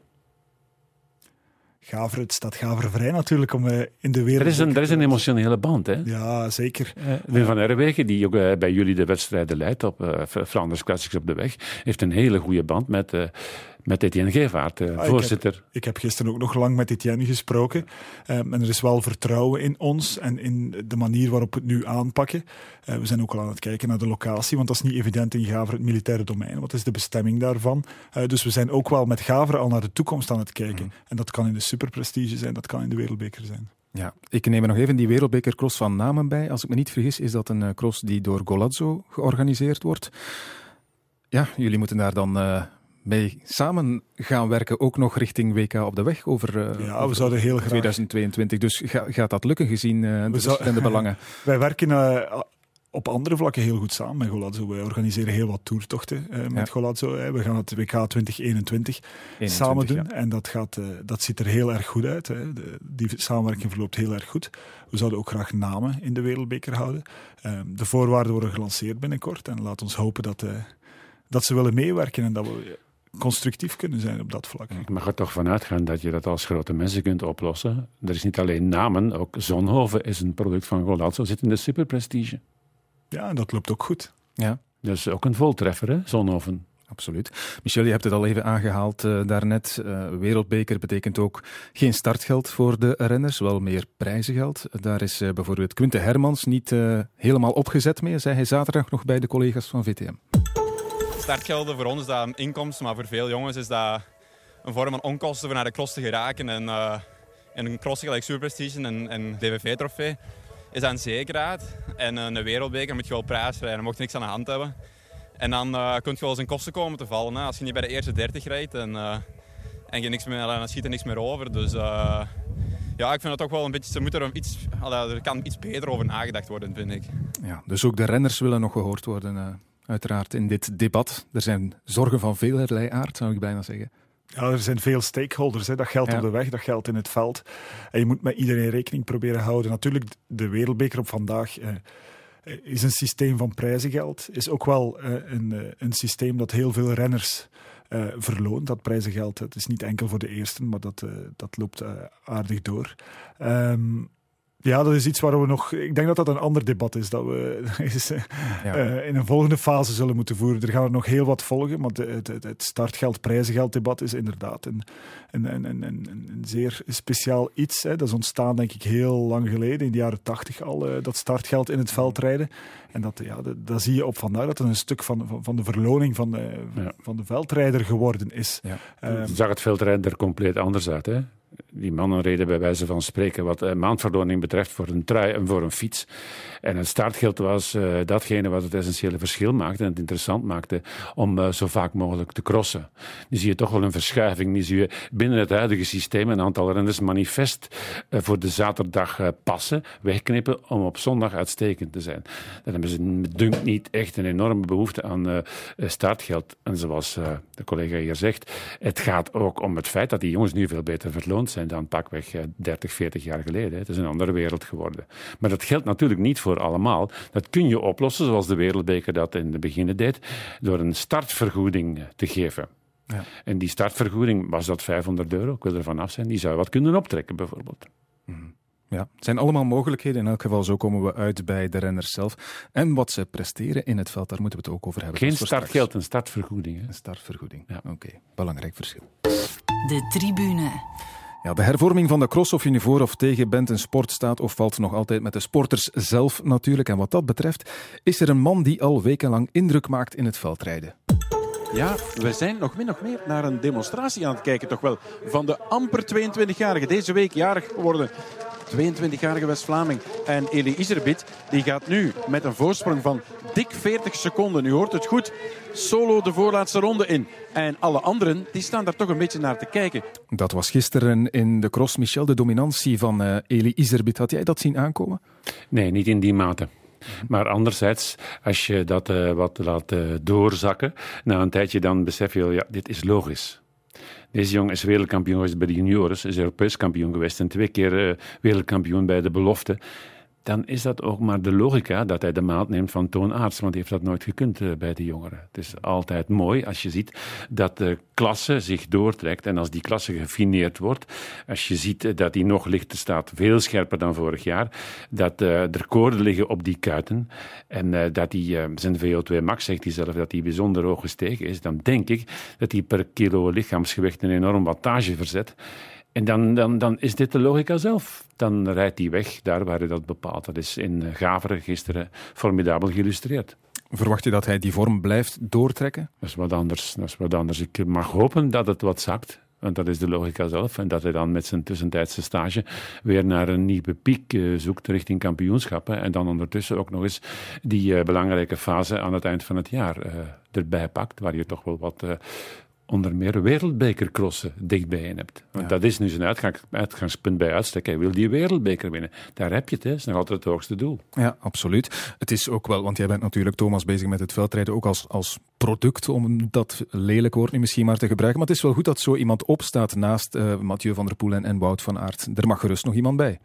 Gaveren, het staat Gaveren vrij natuurlijk om uh, in de wereld... Er is een, er is een emotionele band, hè? Ja, zeker. Uh, Wim van Herwegen, die ook uh, bij jullie de wedstrijden leidt op uh, Flanders Classics op de weg, heeft een hele goede band met... Uh, Met Etienne Gevaert, uh, ah, voorzitter. Ik heb, ik heb gisteren ook nog lang met Etienne gesproken. Um, en er is wel vertrouwen in ons en in de manier waarop we het nu aanpakken. Uh, we zijn ook al aan het kijken naar de locatie, want dat is niet evident in Gaveren, het militaire domein. Wat is de bestemming daarvan? Uh, dus we zijn ook wel met Gaveren al naar de toekomst aan het kijken. Mm. En dat kan in de superprestige zijn, dat kan in de wereldbeker zijn. Ja, ik neem er nog even die wereldbekercross van Namen bij. Als ik me niet vergis, is dat een uh, cross die door Golazzo georganiseerd wordt. Ja, jullie moeten daar dan... Uh, mee samen gaan werken, ook nog richting W K op de weg over, uh, ja, over we zouden heel graag... tweeduizend tweeëntwintig. Dus ga, gaat dat lukken gezien uh, de verschillende belangen? Wij werken uh, op andere vlakken heel goed samen met Golazzo. Wij organiseren heel wat toertochten uh, met ja. Golazzo. Hè. We gaan het W K twintig eenentwintig samen doen. Ja. En dat, gaat, uh, dat ziet er heel erg goed uit. Hè. De, die samenwerking verloopt heel erg goed. We zouden ook graag Namen in de wereldbeker houden. Uh, de voorwaarden worden gelanceerd binnenkort. En laat ons hopen dat, uh, dat ze willen meewerken en dat we... constructief kunnen zijn op dat vlak. Ik mag er toch vanuit gaan dat je dat als grote mensen kunt oplossen. Er is niet alleen Namen, ook Zonhoven is een product van Golazzo, zit in de superprestige. Ja, en dat loopt ook goed. Ja. Dat is ook een voltreffer, hè, Zonhoven. Absoluut. Michel, je hebt het al even aangehaald uh, daarnet. Uh, wereldbeker betekent ook geen startgeld voor de renners, wel meer prijzengeld. Daar is uh, bijvoorbeeld Quinte Hermans niet uh, helemaal opgezet mee, zei hij zaterdag nog bij de collega's van V T M. Startgelden, voor ons is dat een inkomsten, maar voor veel jongens is dat een vorm van onkosten voor naar de cross te geraken. En, uh, en een cross gelijk Superprestige en, en D V V-trofee is dat een zekerheid. En uh, een wereldbeker moet je wel prijsvrij, dan mocht je niks aan de hand hebben. En dan uh, kun je wel eens in kosten komen te vallen. Hè. Als je niet bij de eerste dertig rijdt en, uh, en je niks meer, dan schiet er niks meer over. Dus uh, ja, ik vind het ook wel een beetje... Er, moet er, iets, er kan iets beter over nagedacht worden, vind ik. Ja, dus ook de renners willen nog gehoord worden, uh, uiteraard, in dit debat. Er zijn zorgen van velerlei aard, zou ik bijna zeggen. Ja, er zijn veel stakeholders. Hè. Dat geldt ja. op de weg, dat geldt in het veld. En je moet met iedereen rekening proberen houden. Natuurlijk, de wereldbeker op vandaag... Uh, is een systeem van prijzengeld. Is ook wel uh, een, uh, een systeem dat heel veel renners uh, verloont, dat prijzengeld. Het is niet enkel voor de eersten, maar dat, uh, dat loopt uh, aardig door. Um, ja, dat is iets waar we nog... Ik denk dat dat een ander debat is, dat we is, uh, ja. uh, in een volgende fase zullen moeten voeren. Er gaan er nog heel wat volgen, maar de, het, het startgeld-prijzengeld-debat is inderdaad een, een, een, een, een, een zeer speciaal iets. Hè. Dat is ontstaan, denk ik, heel lang geleden, in de jaren tachtig al, uh, dat startgeld in het veldrijden. En dat, ja, dat, dat zie je op vandaag, dat het een stuk van, van, van de verloning van de, ja. van de veldrijder geworden is. Ja. Um, zag het veldrijden er compleet anders uit, hè? Die mannen reden bij wijze van spreken wat uh, maandverloning betreft voor een trui en voor een fiets. En het startgeld was uh, datgene wat het essentiële verschil maakte en het interessant maakte om uh, zo vaak mogelijk te crossen. Nu zie je toch wel een verschuiving. Nu zie je binnen het huidige systeem een aantal renners manifest uh, voor de zaterdag uh, passen, wegknippen om op zondag uitstekend te zijn. Dan hebben ze, me dunkt niet, echt een enorme behoefte aan uh, startgeld. En zoals uh, de collega hier zegt, het gaat ook om het feit dat die jongens nu veel beter verloont zijn dan pakweg dertig, veertig jaar geleden. Het is een andere wereld geworden. Maar dat geldt natuurlijk niet voor allemaal. Dat kun je oplossen, zoals de wereldbeker dat in het begin deed, door een startvergoeding te geven. Ja. En die startvergoeding, was dat vijfhonderd euro? Ik wil er vanaf zijn. Die zou wat kunnen optrekken, bijvoorbeeld. Mm. Ja, het zijn allemaal mogelijkheden. In elk geval, zo komen we uit bij de renners zelf. En wat ze presteren in het veld, daar moeten we het ook over hebben. Geen startgeld, een startvergoeding. Hè? Een startvergoeding, ja. Oké. Okay. Belangrijk verschil. De tribune. Ja, de hervorming van de cross, of je nu voor of tegen bent, een sport staat of valt nog altijd met de sporters zelf natuurlijk. En wat dat betreft is er een man die al wekenlang indruk maakt in het veldrijden. Ja, we zijn nog min of meer naar een demonstratie aan het kijken, toch wel. Van de amper tweeëntwintigjarige, deze week jarig geworden tweeëntwintigjarige West-Vlaming. En Eli Iserbyt, die gaat nu met een voorsprong van dik veertig seconden. U hoort het goed. Solo de voorlaatste ronde in. En alle anderen, die staan daar toch een beetje naar te kijken. Dat was gisteren in de cross. Michel, de dominantie van uh, Eli Iserbyt. Had jij dat zien aankomen? Nee, niet in die mate. Maar anderzijds, als je dat uh, wat laat uh, doorzakken, na een tijdje dan besef je, ja, dit is logisch. Deze jongen is wereldkampioen geweest bij de juniores, is Europees kampioen geweest en twee keer uh, wereldkampioen bij de belofte. Dan is dat ook maar de logica dat hij de maat neemt van Toon Aerts, want hij heeft dat nooit gekund uh, bij de jongeren. Het is altijd mooi als je ziet dat de klasse zich doortrekt en als die klasse gefineerd wordt, als je ziet uh, dat hij nog lichter staat, veel scherper dan vorig jaar, dat uh, er koorden liggen op die kuiten en uh, dat hij uh, zijn V O twee max, zegt hij zelf, dat hij bijzonder hoog gestegen is, dan denk ik dat hij per kilo lichaamsgewicht een enorm wattage verzet. En dan, dan, dan is dit de logica zelf. Dan rijdt hij weg daar waar hij dat bepaalt. Dat is in Gaveren gisteren formidabel geïllustreerd. Verwacht je dat hij die vorm blijft doortrekken? Dat is wat anders. Dat is wat anders. Ik mag hopen dat het wat zakt. Want dat is de logica zelf. En dat hij dan met zijn tussentijdse stage weer naar een nieuwe piek uh, zoekt richting kampioenschappen. En dan ondertussen ook nog eens die uh, belangrijke fase aan het eind van het jaar uh, erbij pakt. Waar je toch wel wat... Uh, onder meer wereldbekercrossen dichtbij je hebt. Want ja. Dat is nu zijn uitgang, uitgangspunt bij uitstek. Hij wil die wereldbeker winnen. Daar heb je het, hè. Dat is nog altijd het hoogste doel. Ja, absoluut. Het is ook wel, want jij bent natuurlijk, Thomas, bezig met het veldrijden ook als, als product, om dat lelijk woord nu misschien maar te gebruiken. Maar het is wel goed dat zo iemand opstaat naast uh, Mathieu van der Poel en, en Wout van Aert. Er mag gerust nog iemand bij.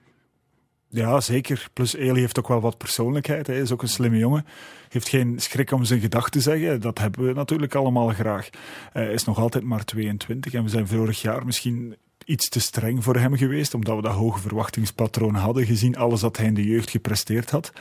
Ja, zeker. Plus Eli heeft ook wel wat persoonlijkheid. Hij is ook een slimme jongen. Heeft geen schrik om zijn gedachten te zeggen. Dat hebben we natuurlijk allemaal graag. Hij is nog altijd maar tweeëntwintig en we zijn vorig jaar misschien iets te streng voor hem geweest, omdat we dat hoge verwachtingspatroon hadden, gezien alles dat hij in de jeugd gepresteerd had.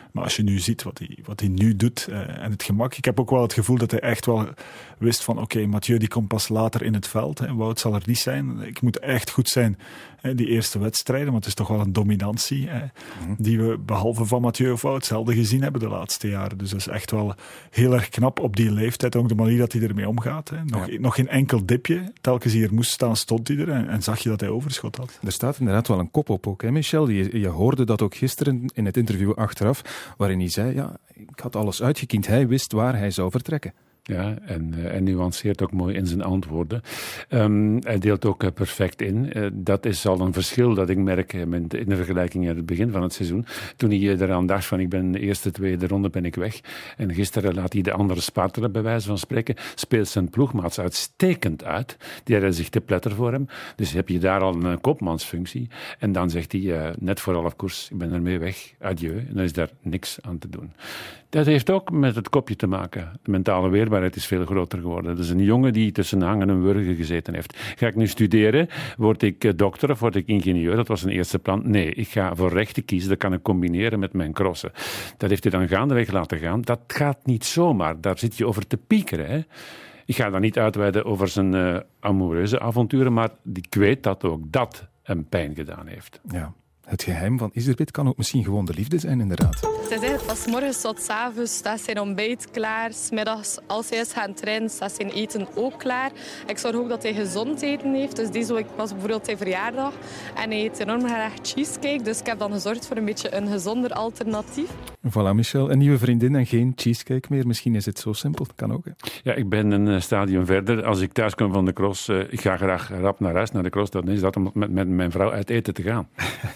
Maar als je nu ziet wat hij, wat hij nu doet uh, en het gemak. Ik heb ook wel het gevoel dat hij echt wel wist van oké, okay, Mathieu die komt pas later in het veld. Hè. Wout zal er niet zijn. Ik moet echt goed zijn hè, die eerste wedstrijden, want het is toch wel een dominantie hè, mm-hmm. die we behalve van Mathieu of Wout zelden gezien hebben de laatste jaren. Dus dat is echt wel heel erg knap op die leeftijd. Ook de manier dat hij ermee omgaat. Hè. Nog, ja. nog geen enkel dipje. Telkens hij er moest staan, stond hij er en, en zag je dat hij overschot had. Er staat inderdaad wel een kop op ook, hè, Michel? Je, je hoorde dat ook gisteren in het interview achteraf, waarin hij zei, ja, ik had alles uitgekiend. Hij wist waar hij zou vertrekken. Ja, en uh, hij nuanceert ook mooi in zijn antwoorden. Um, hij deelt ook uh, perfect in. Uh, dat is al een verschil dat ik merk uh, in de vergelijking aan het begin van het seizoen. Toen hij uh, eraan dacht van ik ben de eerste, tweede ronde ben ik weg. En gisteren laat hij de andere spartelen bij wijze van spreken. Speelt zijn ploegmaats uitstekend uit. Die hadden zich te pletter voor hem. Dus heb je daar al een uh, kopmansfunctie. En dan zegt hij uh, net voor half koers, ik ben ermee weg, adieu. En dan is daar niks aan te doen. Dat heeft ook met het kopje te maken. De mentale weerbaarheid is veel groter geworden. Dat is een jongen die tussen hangen en wurgen gezeten heeft. Ga ik nu studeren? Word ik dokter of word ik ingenieur? Dat was een eerste plan. Nee, ik ga voor rechten kiezen. Dat kan ik combineren met mijn crossen. Dat heeft hij dan gaandeweg laten gaan. Dat gaat niet zomaar. Daar zit je over te piekeren. Hè? Ik ga dan niet uitweiden over zijn uh, amoureuze avonturen, maar ik weet dat ook dat hem pijn gedaan heeft. Ja. Het geheim van Iserbyt kan ook misschien gewoon de liefde zijn, inderdaad. Het is eigenlijk van 's morgens tot 's avonds staat zijn ontbijt klaar. 's Middags, als hij is gaan trainen, staat zijn eten ook klaar. Ik zorg ook dat hij gezond eten heeft. Dus deze week was bijvoorbeeld zijn verjaardag. En hij eet enorm graag cheesecake. Dus ik heb dan gezorgd voor een beetje een gezonder alternatief. Voilà, Michel. Een nieuwe vriendin en geen cheesecake meer. Misschien is het zo simpel. Kan ook, hè? Ja, ik ben een stadium verder. Als ik thuis kom van de cross, uh, ik ga graag rap naar huis, naar de cross. Dan is dat om met, met mijn vrouw uit eten te gaan.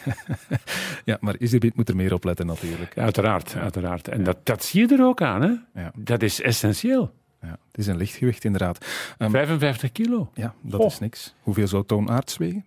Ja, maar Iserbyt moet er meer op letten natuurlijk. Ja, uiteraard, uiteraard. En ja. dat, dat zie je er ook aan, hè? Ja. Dat is essentieel. Ja, het is een lichtgewicht inderdaad. Um, vijfenvijftig kilo. Ja, dat oh. is niks. Hoeveel zou Toon Aerts wegen?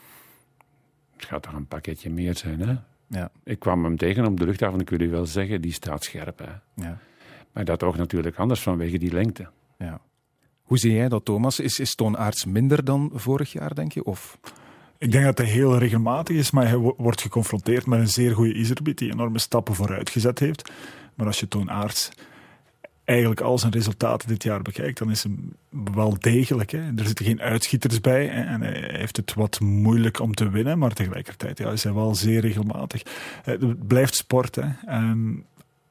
Het gaat toch een pakketje meer zijn, hè? Ja. Ik kwam hem tegen op de luchthaven, ik wil u wel zeggen, die staat scherp, hè? Ja. Maar dat ook natuurlijk anders vanwege die lengte. Ja. Hoe zie jij dat, Thomas? Is, is Toon Aerts minder dan vorig jaar, denk je? Of... Ik denk dat hij heel regelmatig is, maar hij wordt geconfronteerd met een zeer goede Iserbyt die enorme stappen vooruit gezet heeft. Maar als je Toon Aerts eigenlijk al zijn resultaten dit jaar bekijkt, dan is hem wel degelijk. Hè. Er zitten geen uitschieters bij hè, en hij heeft het wat moeilijk om te winnen, maar tegelijkertijd ja, is hij wel zeer regelmatig. Het blijft sport, hè. Um,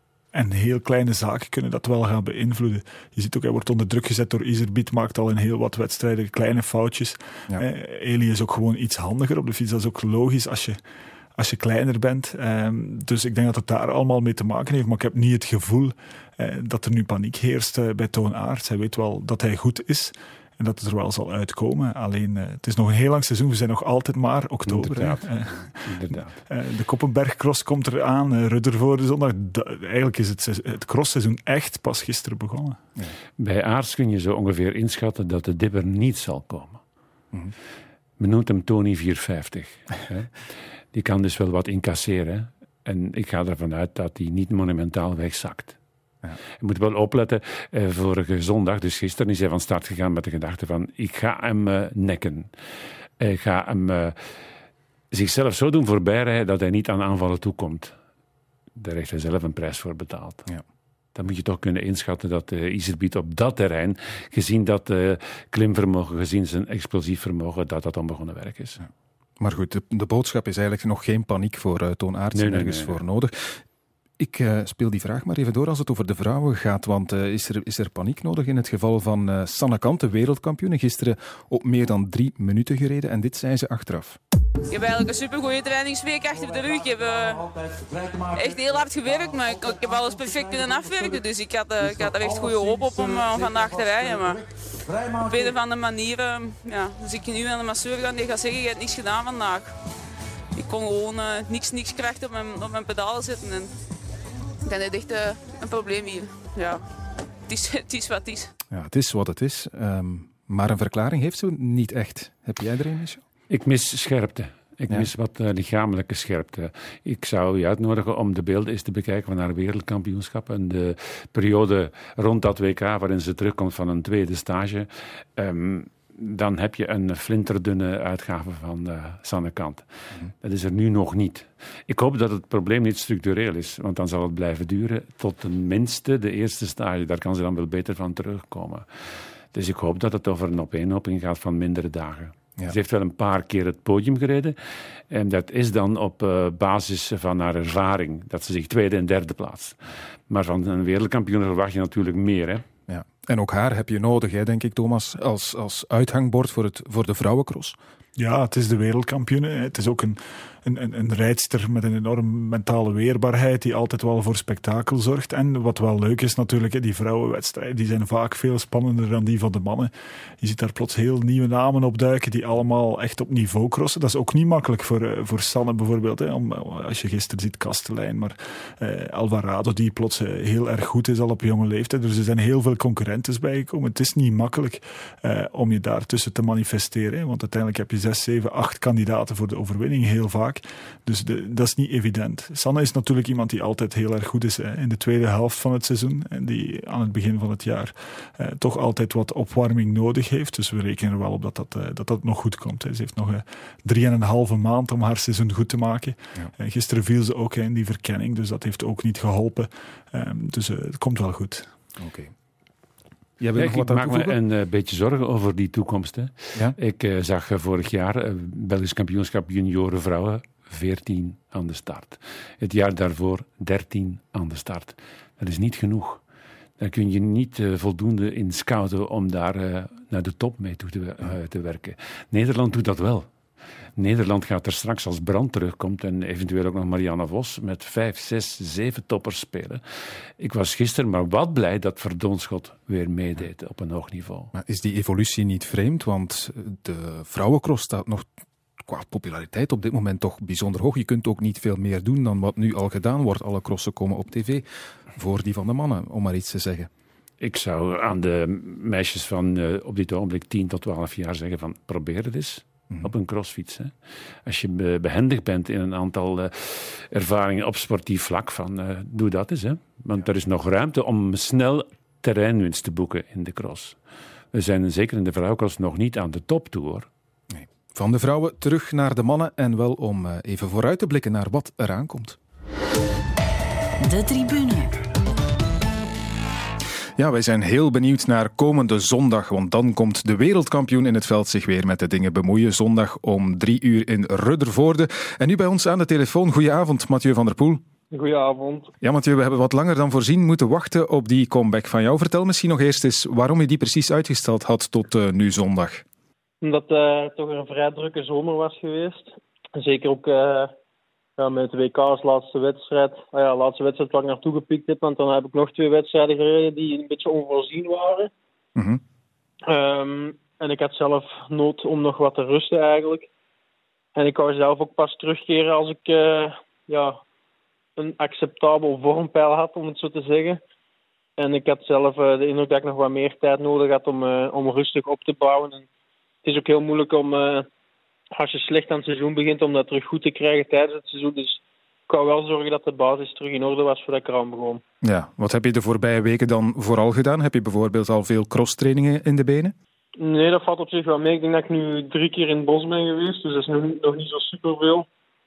En heel kleine zaken kunnen dat wel gaan beïnvloeden. Je ziet ook, hij wordt onder druk gezet door Iserbyt, maakt al in heel wat wedstrijden kleine foutjes. Ja. Eh, Eli is ook gewoon iets handiger op de fiets. Dat is ook logisch als je, als je kleiner bent. Eh, dus ik denk dat het daar allemaal mee te maken heeft. Maar ik heb niet het gevoel eh, dat er nu paniek heerst eh, bij Toon Aerts. Hij weet wel dat hij goed is. En dat het er wel zal uitkomen. Alleen, uh, het is nog een heel lang seizoen. We zijn nog altijd maar oktober. Inderdaad. Uh, Inderdaad. Uh, de Koppenbergcross komt eraan. Uh, Ruddervoorde zondag. Da- eigenlijk is het, het crossseizoen echt pas gisteren begonnen. Ja. Bij Aerts kun je zo ongeveer inschatten dat de dipper niet zal komen. Mm-hmm. Men noemt hem Tony vierhonderdvijftig. Hè? Die kan dus wel wat incasseren. En ik ga ervan uit dat hij niet monumentaal wegzakt. Ja. Je moet wel opletten, uh, vorige zondag, dus gisteren, is hij van start gegaan met de gedachte van, ik ga hem uh, nekken. Ik ga hem uh, zichzelf zo doen voorbijrijden dat hij niet aan aanvallen toekomt. Daar heeft hij zelf een prijs voor betaald. Ja. Dan moet je toch kunnen inschatten dat uh, Iserbyt op dat terrein, gezien dat uh, klimvermogen, gezien zijn explosief vermogen, dat dat onbegonnen werk is. Ja. Maar goed, de, de boodschap is eigenlijk nog geen paniek voor uh, Toon Aerts, nee, nergens nee, nee, voor nee. nodig. Ik uh, speel die vraag maar even door als het over de vrouwen gaat, want uh, is, er, is er paniek nodig in het geval van uh, Sanne Kant, de wereldkampioene, gisteren op meer dan drie minuten gereden en dit zei ze achteraf. Ik heb eigenlijk een supergoeie trainingsweek achter de rug. Ik heb uh, echt heel hard gewerkt, maar ik, ik heb alles perfect kunnen afwerken, dus ik had, uh, ik had er echt goede hoop op om uh, vandaag te rijden. Maar op een of andere manier, uh, ja, dus ik nu aan de masseur gaan die gaat zeggen, je hebt niks gedaan vandaag. Ik kon gewoon uh, niks, niks kracht op mijn, op mijn pedalen zetten. En, ik denk dat het echt uh, een probleem hier. Ja, het is, het is wat het is. Ja, het is wat het is. Um, maar een verklaring heeft ze niet echt. Heb jij er een, Michel? Ik mis scherpte. Ik ja. mis wat uh, lichamelijke scherpte. Ik zou je uitnodigen om de beelden eens te bekijken van haar wereldkampioenschap. En de periode rond dat W K waarin ze terugkomt van een tweede stage. Um, dan heb je een flinterdunne uitgave van uh, Sanne Kant. Mm. Dat is er nu nog niet. Ik hoop dat het probleem niet structureel is, want dan zal het blijven duren tot tenminste de eerste stage. Daar kan ze dan wel beter van terugkomen. Dus ik hoop dat het over een opeenhoping gaat van mindere dagen. Ja. Ze heeft wel een paar keer het podium gereden. En dat is dan op uh, basis van haar ervaring. Dat ze zich tweede en derde plaatst. Maar van een wereldkampioen verwacht je natuurlijk meer. Hè? Ja. En ook haar heb je nodig, hè, denk ik, Thomas, als, als uithangbord voor, het, voor de vrouwencross. Ja, het is de wereldkampioen. Het is ook een, een, een rijdster met een enorme mentale weerbaarheid die altijd wel voor spektakel zorgt. En wat wel leuk is natuurlijk, die vrouwenwedstrijden die zijn vaak veel spannender dan die van de mannen. Je ziet daar plots heel nieuwe namen opduiken die allemaal echt op niveau crossen. Dat is ook niet makkelijk voor, voor Sanne bijvoorbeeld. Hè. Om, als je gisteren ziet Kastelein, maar eh, Alvarado die plots heel erg goed is al op jonge leeftijd. Dus er zijn heel veel concurrentes bijgekomen. Het is niet makkelijk eh, om je daartussen te manifesteren. Hè, want uiteindelijk heb je zes, zeven, acht kandidaten voor de overwinning heel vaak. Dus de, dat is niet evident. Sanne is natuurlijk iemand die altijd heel erg goed is hè, in de tweede helft van het seizoen en die aan het begin van het jaar eh, toch altijd wat opwarming nodig heeft. Dus we rekenen er wel op dat dat, eh, dat, dat nog goed komt. Hè. Ze heeft nog eh, drie en een halve maand om haar seizoen goed te maken. Ja. Eh, gisteren viel ze ook hè, in die verkenning, dus dat heeft ook niet geholpen. Eh, dus uh, het komt wel goed. Oké. Okay. Ja, ik maak me een uh, beetje zorgen over die toekomst. Hè. Ja? Ik uh, zag uh, vorig jaar uh, Belgisch kampioenschap junioren vrouwen veertien aan de start. Het jaar daarvoor dertien aan de start. Dat is niet genoeg. Daar kun je niet uh, voldoende in scouten om daar uh, naar de top mee toe te, uh, te werken. Nederland doet dat wel. Nederland gaat er straks als Brand terugkomt en eventueel ook nog Marianne Vos met vijf, zes, zeven toppers spelen. Ik was gisteren maar wat blij dat Verdoonschot weer meedeed op een hoog niveau. Maar is die evolutie niet vreemd? Want de vrouwencross staat nog qua populariteit op dit moment toch bijzonder hoog. Je kunt ook niet veel meer doen dan wat nu al gedaan wordt. Alle crossen komen op tv voor die van de mannen, om maar iets te zeggen. Ik zou aan de meisjes van uh, op dit ogenblik tien tot twaalf jaar zeggen van probeer het eens. Op een crossfiets. Hè. Als je behendig bent in een aantal uh, ervaringen op sportief vlak, van, uh, doe dat eens. Hè. Want ja. er is nog ruimte om snel terreinwinst te boeken in de cross. We zijn zeker in de vrouwencross nog niet aan de top toe, hoor. Nee. Van de vrouwen terug naar de mannen en wel om uh, even vooruit te blikken naar wat eraan komt. De tribune. Ja, wij zijn heel benieuwd naar komende zondag, want dan komt de wereldkampioen in het veld zich weer met de dingen bemoeien. Zondag om drie uur in Ruddervoorde. En nu bij ons aan de telefoon. Goedenavond, Mathieu van der Poel. Goedenavond. Ja, Mathieu, we hebben wat langer dan voorzien moeten wachten op die comeback van jou. Vertel misschien nog eerst eens waarom je die precies uitgesteld had tot uh, nu zondag. Omdat het uh, toch een vrij drukke zomer was geweest. Zeker ook... Uh... Ja, met het W K als laatste wedstrijd. Ah ja, laatste wedstrijd waar ik naartoe gepikt heb. Want dan heb ik nog twee wedstrijden gereden die een beetje onvoorzien waren. Mm-hmm. Um, en ik had zelf nood om nog wat te rusten eigenlijk. En ik wou zelf ook pas terugkeren als ik uh, ja, een acceptabel vormpeil had, om het zo te zeggen. En ik had zelf uh, de indruk dat ik nog wat meer tijd nodig had om, uh, om rustig op te bouwen. En het is ook heel moeilijk om... Uh, als je slecht aan het seizoen begint, om dat terug goed te krijgen tijdens het seizoen. Dus ik wou wel zorgen dat de basis terug in orde was voordat ik eraan begon. Ja, wat heb je de voorbije weken dan vooral gedaan? Heb je bijvoorbeeld al veel crosstrainingen in de benen? Nee, dat valt op zich wel mee. Ik denk dat ik nu drie keer in het bos ben geweest, dus dat is nog, nog niet zo superveel.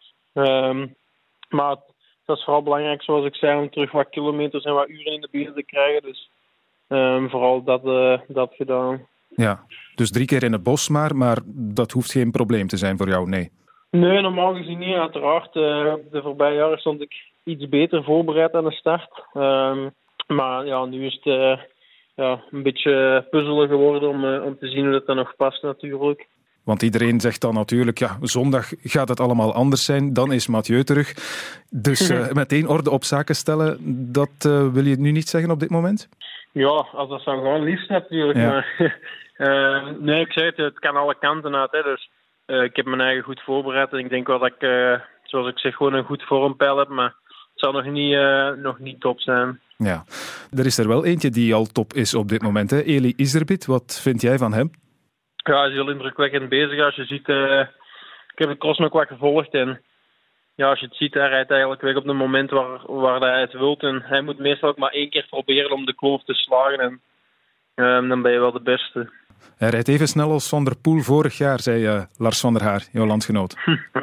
Um, maar dat is vooral belangrijk, zoals ik zei, om terug wat kilometers en wat uren in de benen te krijgen. Dus um, vooral dat, uh, dat gedaan. Ja, dus drie keer in het bos maar, maar dat hoeft geen probleem te zijn voor jou, nee? Nee, normaal gezien niet, uiteraard. Uh, de voorbije jaren stond ik iets beter voorbereid aan de start. Um, maar ja, nu is het uh, ja, een beetje puzzelen geworden om, uh, om te zien hoe dat dan nog past natuurlijk. Want iedereen zegt dan natuurlijk, ja, zondag gaat het allemaal anders zijn, dan is Mathieu terug. Dus uh, meteen orde op zaken stellen, dat uh, wil je nu niet zeggen op dit moment? Ja, als dat zou gaan, liefst natuurlijk. Ja. Maar, uh, nee, ik zeg het, het kan alle kanten uit. Hè, dus uh, ik heb mijn eigen goed voorbereid. En ik denk wel dat ik, uh, zoals ik zeg, gewoon een goed vormpeil heb. Maar het zal nog niet, uh, nog niet top zijn. Ja, er is er wel eentje die al top is op dit moment. Hè? Eli Iserbit, wat vind jij van hem? Ja, hij is heel indrukwekkend bezig. Als je ziet, uh, ik heb de cross nog wat gevolgd. En ja, als je het ziet, hij rijdt eigenlijk weg op het moment waar, waar hij het wilt. En hij moet meestal ook maar één keer proberen om de kloof te slagen. En um, dan ben je wel de beste. Hij rijdt even snel als Van der Poel vorig jaar, zei uh, Lars van der Haar, jouw landgenoot.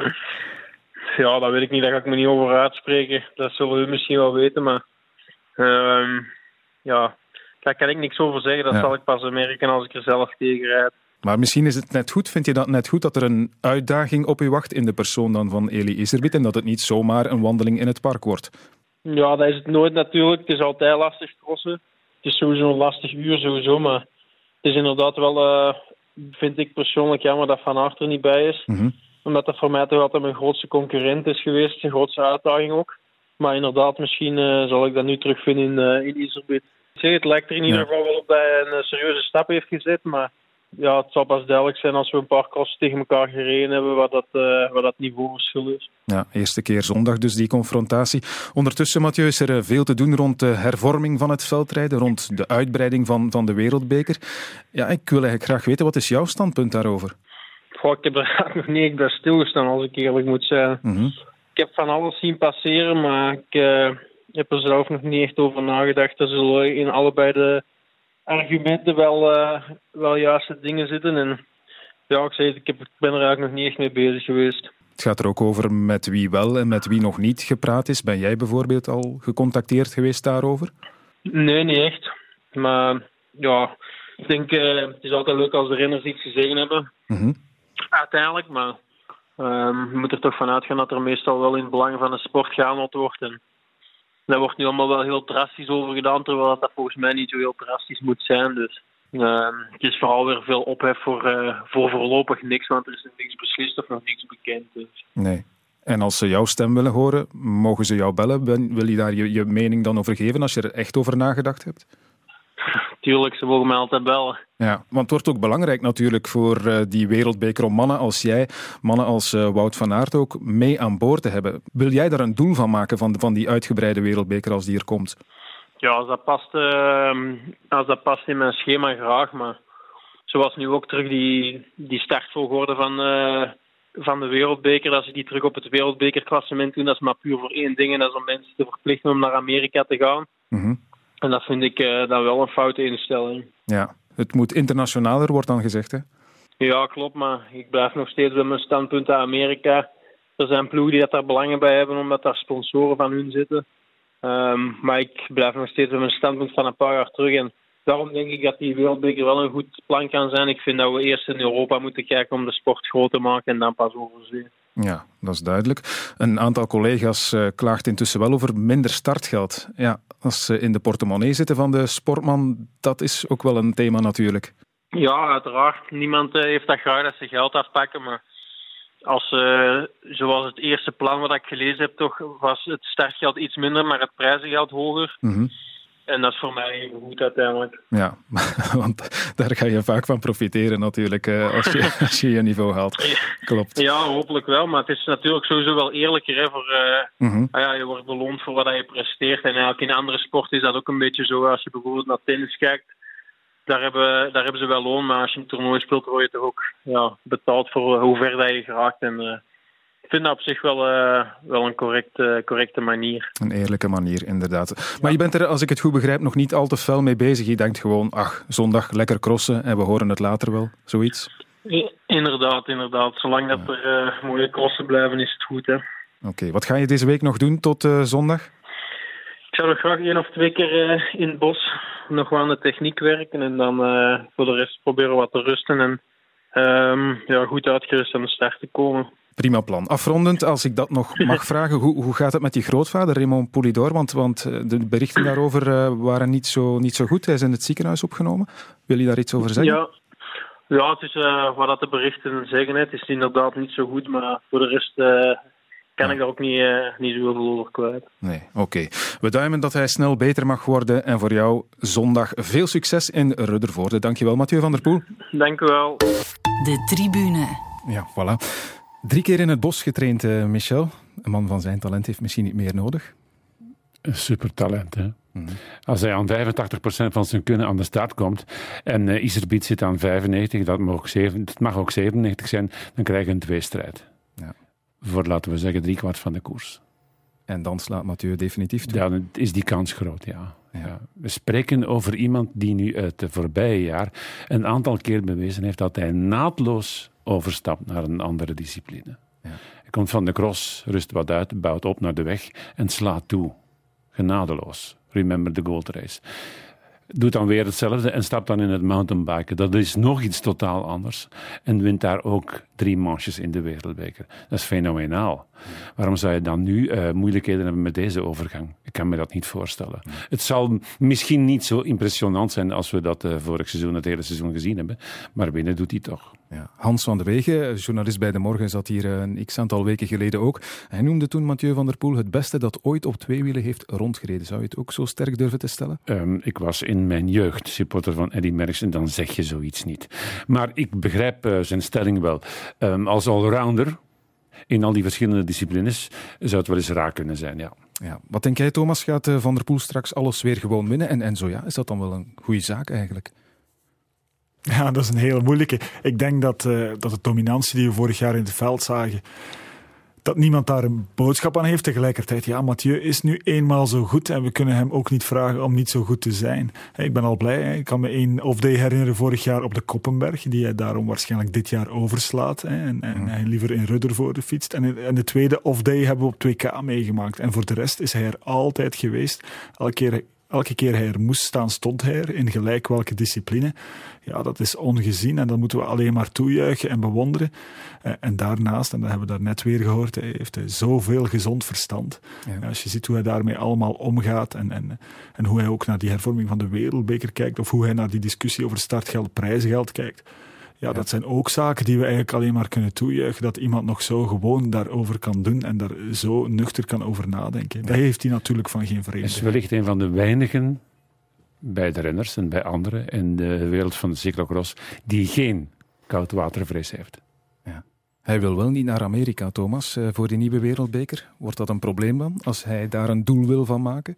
Ja, dat weet ik niet, daar ga ik me niet over uitspreken. Dat zullen we misschien wel weten, maar... Um, ja, daar kan ik niks over zeggen. Dat ja. zal ik pas merken als ik er zelf tegen rijd. Maar misschien is het net goed, vind je dat net goed, dat er een uitdaging op u wacht in de persoon dan van Eli Iserbyt en dat het niet zomaar een wandeling in het park wordt? Ja, dat is het nooit natuurlijk. Het is altijd lastig crossen. Het is sowieso een lastig uur, sowieso, maar het is inderdaad wel, uh, vind ik persoonlijk jammer dat Van Aert er niet bij is. Mm-hmm. Omdat dat voor mij toch altijd mijn grootste concurrent is geweest, een grootste uitdaging ook. Maar inderdaad, misschien uh, zal ik dat nu terugvinden in, uh, in Iserbyt. Ik zeg, het lijkt er in ieder geval wel op dat hij een uh, serieuze stap heeft gezet, maar ja, het zal pas duidelijk zijn als we een paar crossen tegen elkaar gereden hebben wat dat, uh, wat dat niveauverschil is. Ja, eerste keer zondag dus die confrontatie. Ondertussen, Mathieu, is er veel te doen rond de hervorming van het veldrijden, rond de uitbreiding van, van de wereldbeker. Ja, ik wil eigenlijk graag weten, wat is jouw standpunt daarover? Goh, ik heb er nog niet echt bij stilgestaan, als ik eerlijk moet zijn. Mm-hmm. Ik heb van alles zien passeren, maar ik uh, heb er zelf nog niet echt over nagedacht. Er zullen in allebei de argumenten wel, uh, wel juiste dingen zitten. En ja, ik zei het, ik, heb, ik ben er eigenlijk nog niet echt mee bezig geweest. Het gaat er ook over met wie wel en met wie nog niet gepraat is. Ben jij bijvoorbeeld al gecontacteerd geweest daarover? Nee, niet echt. Maar ja, ik denk, uh, het is altijd leuk als de renners iets te zeggen hebben. Mm-hmm. Uiteindelijk, maar um, je moet er toch van uitgaan dat er meestal wel in het belang van de sport gehandeld wordt. En daar wordt nu allemaal wel heel drastisch over gedaan, terwijl dat volgens mij niet zo heel drastisch moet zijn. Dus uh, het is vooral weer veel ophef voor, uh, voor voorlopig niks, want er is nog niks beslist of nog niks bekend. Dus. Nee. En als ze jouw stem willen horen, mogen ze jou bellen? Ben, wil je daar je, je mening dan over geven als je er echt over nagedacht hebt? Tuurlijk, ze mogen mij altijd bellen. Ja, want het wordt ook belangrijk natuurlijk voor uh, die wereldbeker om mannen als jij, mannen als uh, Wout van Aert ook, mee aan boord te hebben. Wil jij daar een doel van maken van, van die uitgebreide wereldbeker als die er komt? Ja, als dat past, uh, als dat past in mijn schema graag, maar zoals nu ook terug die, die startvolgorde van, uh, van de wereldbeker, als ze die terug op het wereldbekerklassement doen, dat is maar puur voor één ding en dat is om mensen te verplichten om naar Amerika te gaan. Mm-hmm. En dat vind ik uh, dan wel een foute instelling. Ja, het moet internationaler, wordt dan gezegd, hè? Ja, klopt, maar ik blijf nog steeds bij mijn standpunt aan Amerika. Er zijn ploegen die dat daar belangen bij hebben, omdat daar sponsoren van hun zitten. Um, maar ik blijf nog steeds bij mijn standpunt van een paar jaar terug. En daarom denk ik dat die wereldbeker wel een goed plan kan zijn. Ik vind dat we eerst in Europa moeten kijken om de sport groot te maken en dan pas over zee. Ja, dat is duidelijk. Een aantal collega's uh, klaagt intussen wel over minder startgeld. Ja, als ze in de portemonnee zitten van de sportman, dat is ook wel een thema natuurlijk. Ja, uiteraard. Niemand uh, heeft dat graag dat ze geld afpakken, maar als, uh, zoals het eerste plan wat ik gelezen heb, toch was het startgeld iets minder, maar het prijzengeld hoger. Mm-hmm. En dat is voor mij even goed uiteindelijk. Ja, want daar ga je vaak van profiteren natuurlijk, uh, als, je, als je je niveau haalt. Klopt. Ja, hopelijk wel. Maar het is natuurlijk sowieso wel eerlijker. Hè, voor, uh, mm-hmm. ah ja, je wordt beloond voor wat je presteert. En eigenlijk in andere sporten is dat ook een beetje zo. Als je bijvoorbeeld naar tennis kijkt, daar hebben, daar hebben ze wel loon. Maar als je een toernooi speelt, word je toch ook ja, betaald voor hoe ver dat je geraakt. En uh, ik vind dat op zich wel, uh, wel een correct, uh, correcte manier. Een eerlijke manier, inderdaad. Maar je bent er, als ik het goed begrijp, nog niet al te fel mee bezig. Je denkt gewoon, ach, zondag lekker crossen en we horen het later wel. Zoiets? I- inderdaad, inderdaad. Zolang dat er uh, mooie crossen blijven, is het goed. Hè. Oké, okay. Wat ga je deze week nog doen tot uh, zondag? Ik zou nog graag één of twee keer uh, in het bos nog wel aan de techniek werken. En dan uh, voor de rest proberen wat te rusten en um, ja, goed uitgerust aan de start te komen. Prima plan. Afrondend, als ik dat nog mag vragen, hoe, hoe gaat het met je grootvader, Raymond Poulidor? Want, want de berichten daarover uh, waren niet zo, niet zo goed. Hij is in het ziekenhuis opgenomen. Wil je daar iets over zeggen? Ja, ja het is uh, wat dat de berichten zeggen. Het is inderdaad niet zo goed, maar voor de rest uh, kan ja. ik daar ook niet, uh, niet zoveel over kwijt. Nee, oké. Okay. We duimen dat hij snel beter mag worden. En voor jou zondag veel succes in Ruddervoorde. Dankjewel, Mathieu van der Poel. Dank u wel. De tribune. Ja, voilà. Drie keer in het bos getraind, uh, Michel. Een man van zijn talent heeft misschien niet meer nodig. Een supertalent, hè. Mm. Als hij aan vijfentachtig procent van zijn kunnen aan de start komt en uh, Iserbyt zit aan vijfennegentig, dat mag ook, zeven, dat mag ook zevenennegentig zijn, dan krijg je een tweestrijd. Ja. Voor, laten we zeggen, driekwart van de koers. En dan slaat Mathieu definitief toe. Ja, dan is die kans groot, ja. Ja. We spreken over iemand die nu uit het voorbije jaar een aantal keer bewezen heeft dat hij naadloos overstapt naar een andere discipline. Ja. Hij komt van de cross, rust wat uit, bouwt op naar de weg en slaat toe. Genadeloos. Remember the Gold Race. Doet dan weer hetzelfde en stapt dan in het mountainbiken. Dat is nog iets totaal anders. En wint daar ook drie manches in de wereldbeker. Dat is fenomenaal. Waarom zou je dan nu uh, moeilijkheden hebben met deze overgang? Ik kan me dat niet voorstellen. Ja. Het zal misschien niet zo impressionant zijn als we dat uh, vorig seizoen, het hele seizoen gezien hebben. Maar winnen doet hij toch. Ja. Hans van de Wegen, journalist bij De Morgen, zat hier een x-aantal weken geleden ook. Hij noemde toen Mathieu van der Poel het beste dat ooit op twee wielen heeft rondgereden. Zou je het ook zo sterk durven te stellen? Um, ik was in mijn jeugd supporter van Eddy Merckx en dan zeg je zoiets niet. Maar ik begrijp uh, zijn stelling wel. Um, als allrounder in al die verschillende disciplines zou het wel eens raar kunnen zijn, ja. Ja. Wat denk jij, Thomas? Gaat uh, Van der Poel straks alles weer gewoon winnen? En, en zo ja, is dat dan wel een goede zaak eigenlijk? Ja, dat is een hele moeilijke. Ik denk dat, uh, dat de dominantie die we vorig jaar in het veld zagen, dat niemand daar een boodschap aan heeft. Tegelijkertijd, ja, Mathieu is nu eenmaal zo goed en we kunnen hem ook niet vragen om niet zo goed te zijn. Ik ben al blij. Ik kan me één off-day herinneren vorig jaar op de Koppenberg, die hij daarom waarschijnlijk dit jaar overslaat. En, en hij liever in Ruddervoorde fietst. En, en de tweede off-day hebben we op twee K meegemaakt. En voor de rest is hij er altijd geweest. Elke keer... Elke keer hij er moest staan, stond hij er, in gelijk welke discipline. Ja, dat is ongezien en dat moeten we alleen maar toejuichen en bewonderen. En daarnaast, en dat hebben we daarnet weer gehoord, heeft hij zoveel gezond verstand. Ja. Als je ziet hoe hij daarmee allemaal omgaat en, en, en hoe hij ook naar die hervorming van de wereldbeker kijkt, of hoe hij naar die discussie over startgeld, prijzengeld kijkt. Ja, ja, dat zijn ook zaken die we eigenlijk alleen maar kunnen toejuichen. Dat iemand nog zo gewoon daarover kan doen en daar zo nuchter kan over nadenken. Ja. Dat heeft hij natuurlijk van geen vreemde. Hij is wellicht een van de weinigen bij de renners en bij anderen in de wereld van de cyclocross die geen koudwatervrees heeft. Ja. Hij wil wel niet naar Amerika, Thomas, voor die nieuwe wereldbeker. Wordt dat een probleem dan, als hij daar een doel wil van maken?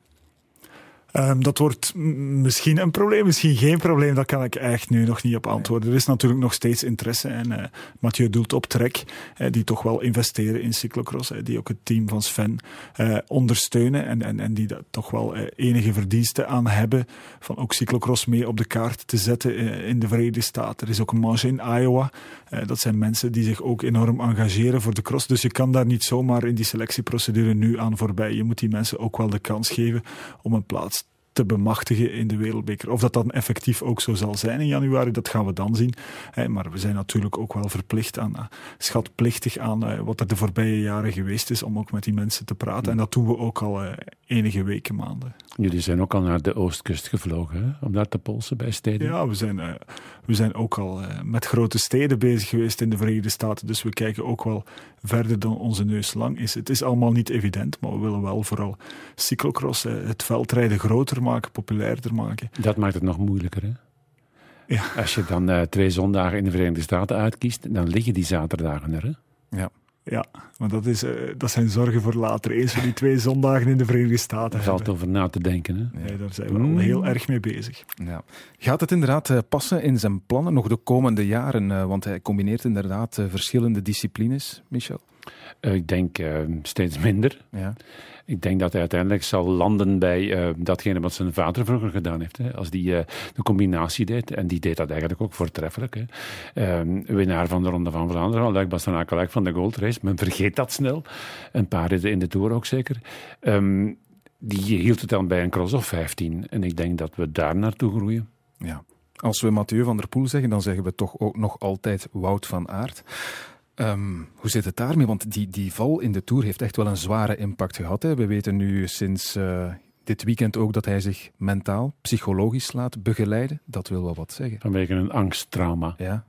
Um, dat wordt m- misschien een probleem, misschien geen probleem. Dat kan ik echt nu nog niet op antwoorden. Er is natuurlijk nog steeds interesse. En uh, Mathieu doelt op Trek, uh, die toch wel investeren in cyclocross. Uh, die ook het team van Sven uh, ondersteunen. En, en, en die daar toch wel uh, enige verdiensten aan hebben. Van ook cyclocross mee op de kaart te zetten uh, in de Verenigde Staten. Er is ook een manche in Iowa. Uh, dat zijn mensen die zich ook enorm engageren voor de cross. Dus je kan daar niet zomaar in die selectieprocedure nu aan voorbij. Je moet die mensen ook wel de kans geven om een plaats te bemachtigen in de wereldbeker. Of dat dan effectief ook zo zal zijn in januari, dat gaan we dan zien. Maar we zijn natuurlijk ook wel verplicht aan, schatplichtig aan wat er de voorbije jaren geweest is, om ook met die mensen te praten. En dat doen we ook al enige weken, maanden. Jullie zijn ook al naar de oostkust gevlogen, hè? Om daar te polsen bij steden? Ja, we zijn, uh, we zijn ook al uh, met grote steden bezig geweest in de Verenigde Staten, dus we kijken ook wel verder dan onze neus lang is. Het is allemaal niet evident, maar we willen wel vooral cyclocross, uh, het veldrijden groter maken, populairder maken. Dat maakt het nog moeilijker, hè? Ja. Als je dan uh, twee zondagen in de Verenigde Staten uitkiest, dan liggen die zaterdagen er, hè? Ja. Ja, maar dat, is, uh, dat zijn zorgen voor later. Eens voor die twee zondagen in de Verenigde Staten. Er valt over na te denken, hè? Nee, daar zijn we mm. al heel erg mee bezig. Ja. Gaat het inderdaad uh, passen in zijn plannen nog de komende jaren? Uh, want hij combineert inderdaad uh, verschillende disciplines, Michel. Uh, ik denk uh, steeds minder. Ja. Ik denk dat hij uiteindelijk zal landen bij uh, datgene wat zijn vader vroeger gedaan heeft. Hè. Als die uh, de combinatie deed, en die deed dat eigenlijk ook voortreffelijk. Hè. Uh, winnaar van de Ronde van Vlaanderen, Luik Bastenaken Luik van de Gold Race. Men vergeet dat snel. Een paar in de Tour ook zeker. Um, die hield het dan bij een cross of vijftien. En ik denk dat we daar naartoe groeien. Ja. Als we Mathieu van der Poel zeggen, dan zeggen we toch ook nog altijd Wout van Aert. Um, hoe zit het daarmee? Want die, die val in de Tour heeft echt wel een zware impact gehad. Hè. We weten nu sinds uh, dit weekend ook dat hij zich mentaal, psychologisch laat begeleiden. Dat wil wel wat zeggen. Vanwege een angsttrauma. Ja.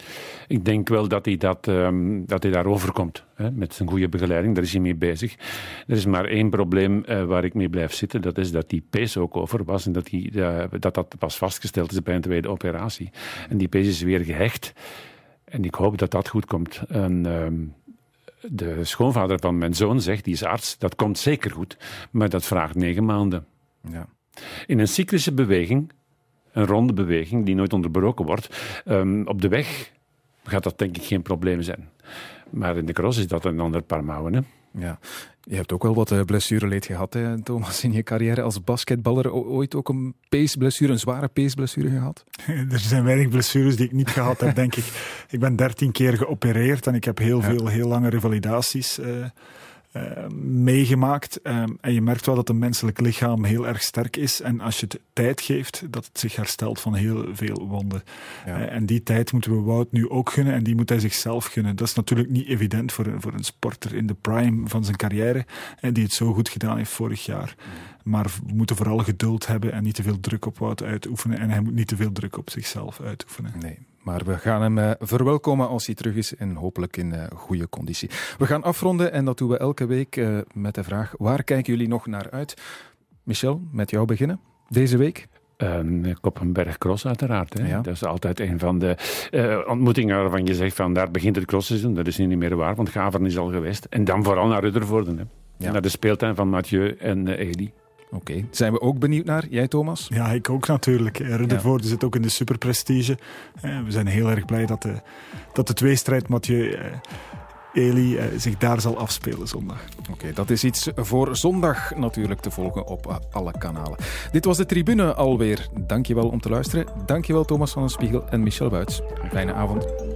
Ik denk wel dat hij, dat, um, dat hij daarover komt. Hè, met zijn goede begeleiding, daar is hij mee bezig. Er is maar één probleem uh, waar ik mee blijf zitten. Dat is dat die pees ook over was. En dat, die, uh, dat dat pas vastgesteld is bij een tweede operatie. En die pees is weer gehecht. En ik hoop dat dat goed komt. En, um, de schoonvader van mijn zoon zegt, die is arts, dat komt zeker goed. Maar dat vraagt negen maanden. Ja. In een cyclische beweging, een ronde beweging die nooit onderbroken wordt, um, op de weg gaat dat denk ik geen probleem zijn. Maar in de cross is dat een ander paar mouwen. Hè? Ja. Je hebt ook wel wat blessureleed gehad, hè, Thomas, in je carrière als basketballer. O- ooit ook een peesblessure, een zware peesblessure gehad? Er zijn weinig blessures die ik niet gehad heb, denk ik. Ik ben dertien keer geopereerd en ik heb heel veel, heel lange revalidaties uh, uh, meegemaakt. Um, en je merkt wel dat een menselijk lichaam heel erg sterk is. En als je het tijd geeft, dat het zich herstelt van heel veel wonden. Ja. Uh, en die tijd moeten we Wout nu ook gunnen en die moet hij zichzelf gunnen. Dat is natuurlijk niet evident voor, voor een sporter in de prime van zijn carrière en die het zo goed gedaan heeft vorig jaar. Mm. Maar we moeten vooral geduld hebben en niet te veel druk op Wout uitoefenen. En hij moet niet te veel druk op zichzelf uitoefenen. Nee. Maar we gaan hem uh, verwelkomen als hij terug is en hopelijk in uh, goede conditie. We gaan afronden en dat doen we elke week uh, met de vraag: waar kijken jullie nog naar uit? Michel, met jou beginnen. Deze week? Uh, Koppenberg Cross uiteraard. Hè. Ja. Dat is altijd een van de uh, ontmoetingen waarvan je zegt van daar begint het crossseizoen. Dat is niet meer waar, want Gaveren is al geweest. En dan vooral naar Ruddervoorde. Hè. Ja. Naar de speeltuin van Mathieu en uh, Eli. Oké, okay. Zijn we ook benieuwd naar? Jij, Thomas? Ja, ik ook natuurlijk. Ruddervoorde ja. zit ook in de superprestige. We zijn heel erg blij dat de, dat de tweestrijd Mathieu uh, Eli uh, zich daar zal afspelen zondag. Oké, okay, dat is iets voor zondag natuurlijk te volgen op uh, alle kanalen. Dit was de Tribune alweer. Dankjewel om te luisteren. Dankjewel Thomas van den Spiegel en Michel Wuits. Fijne avond.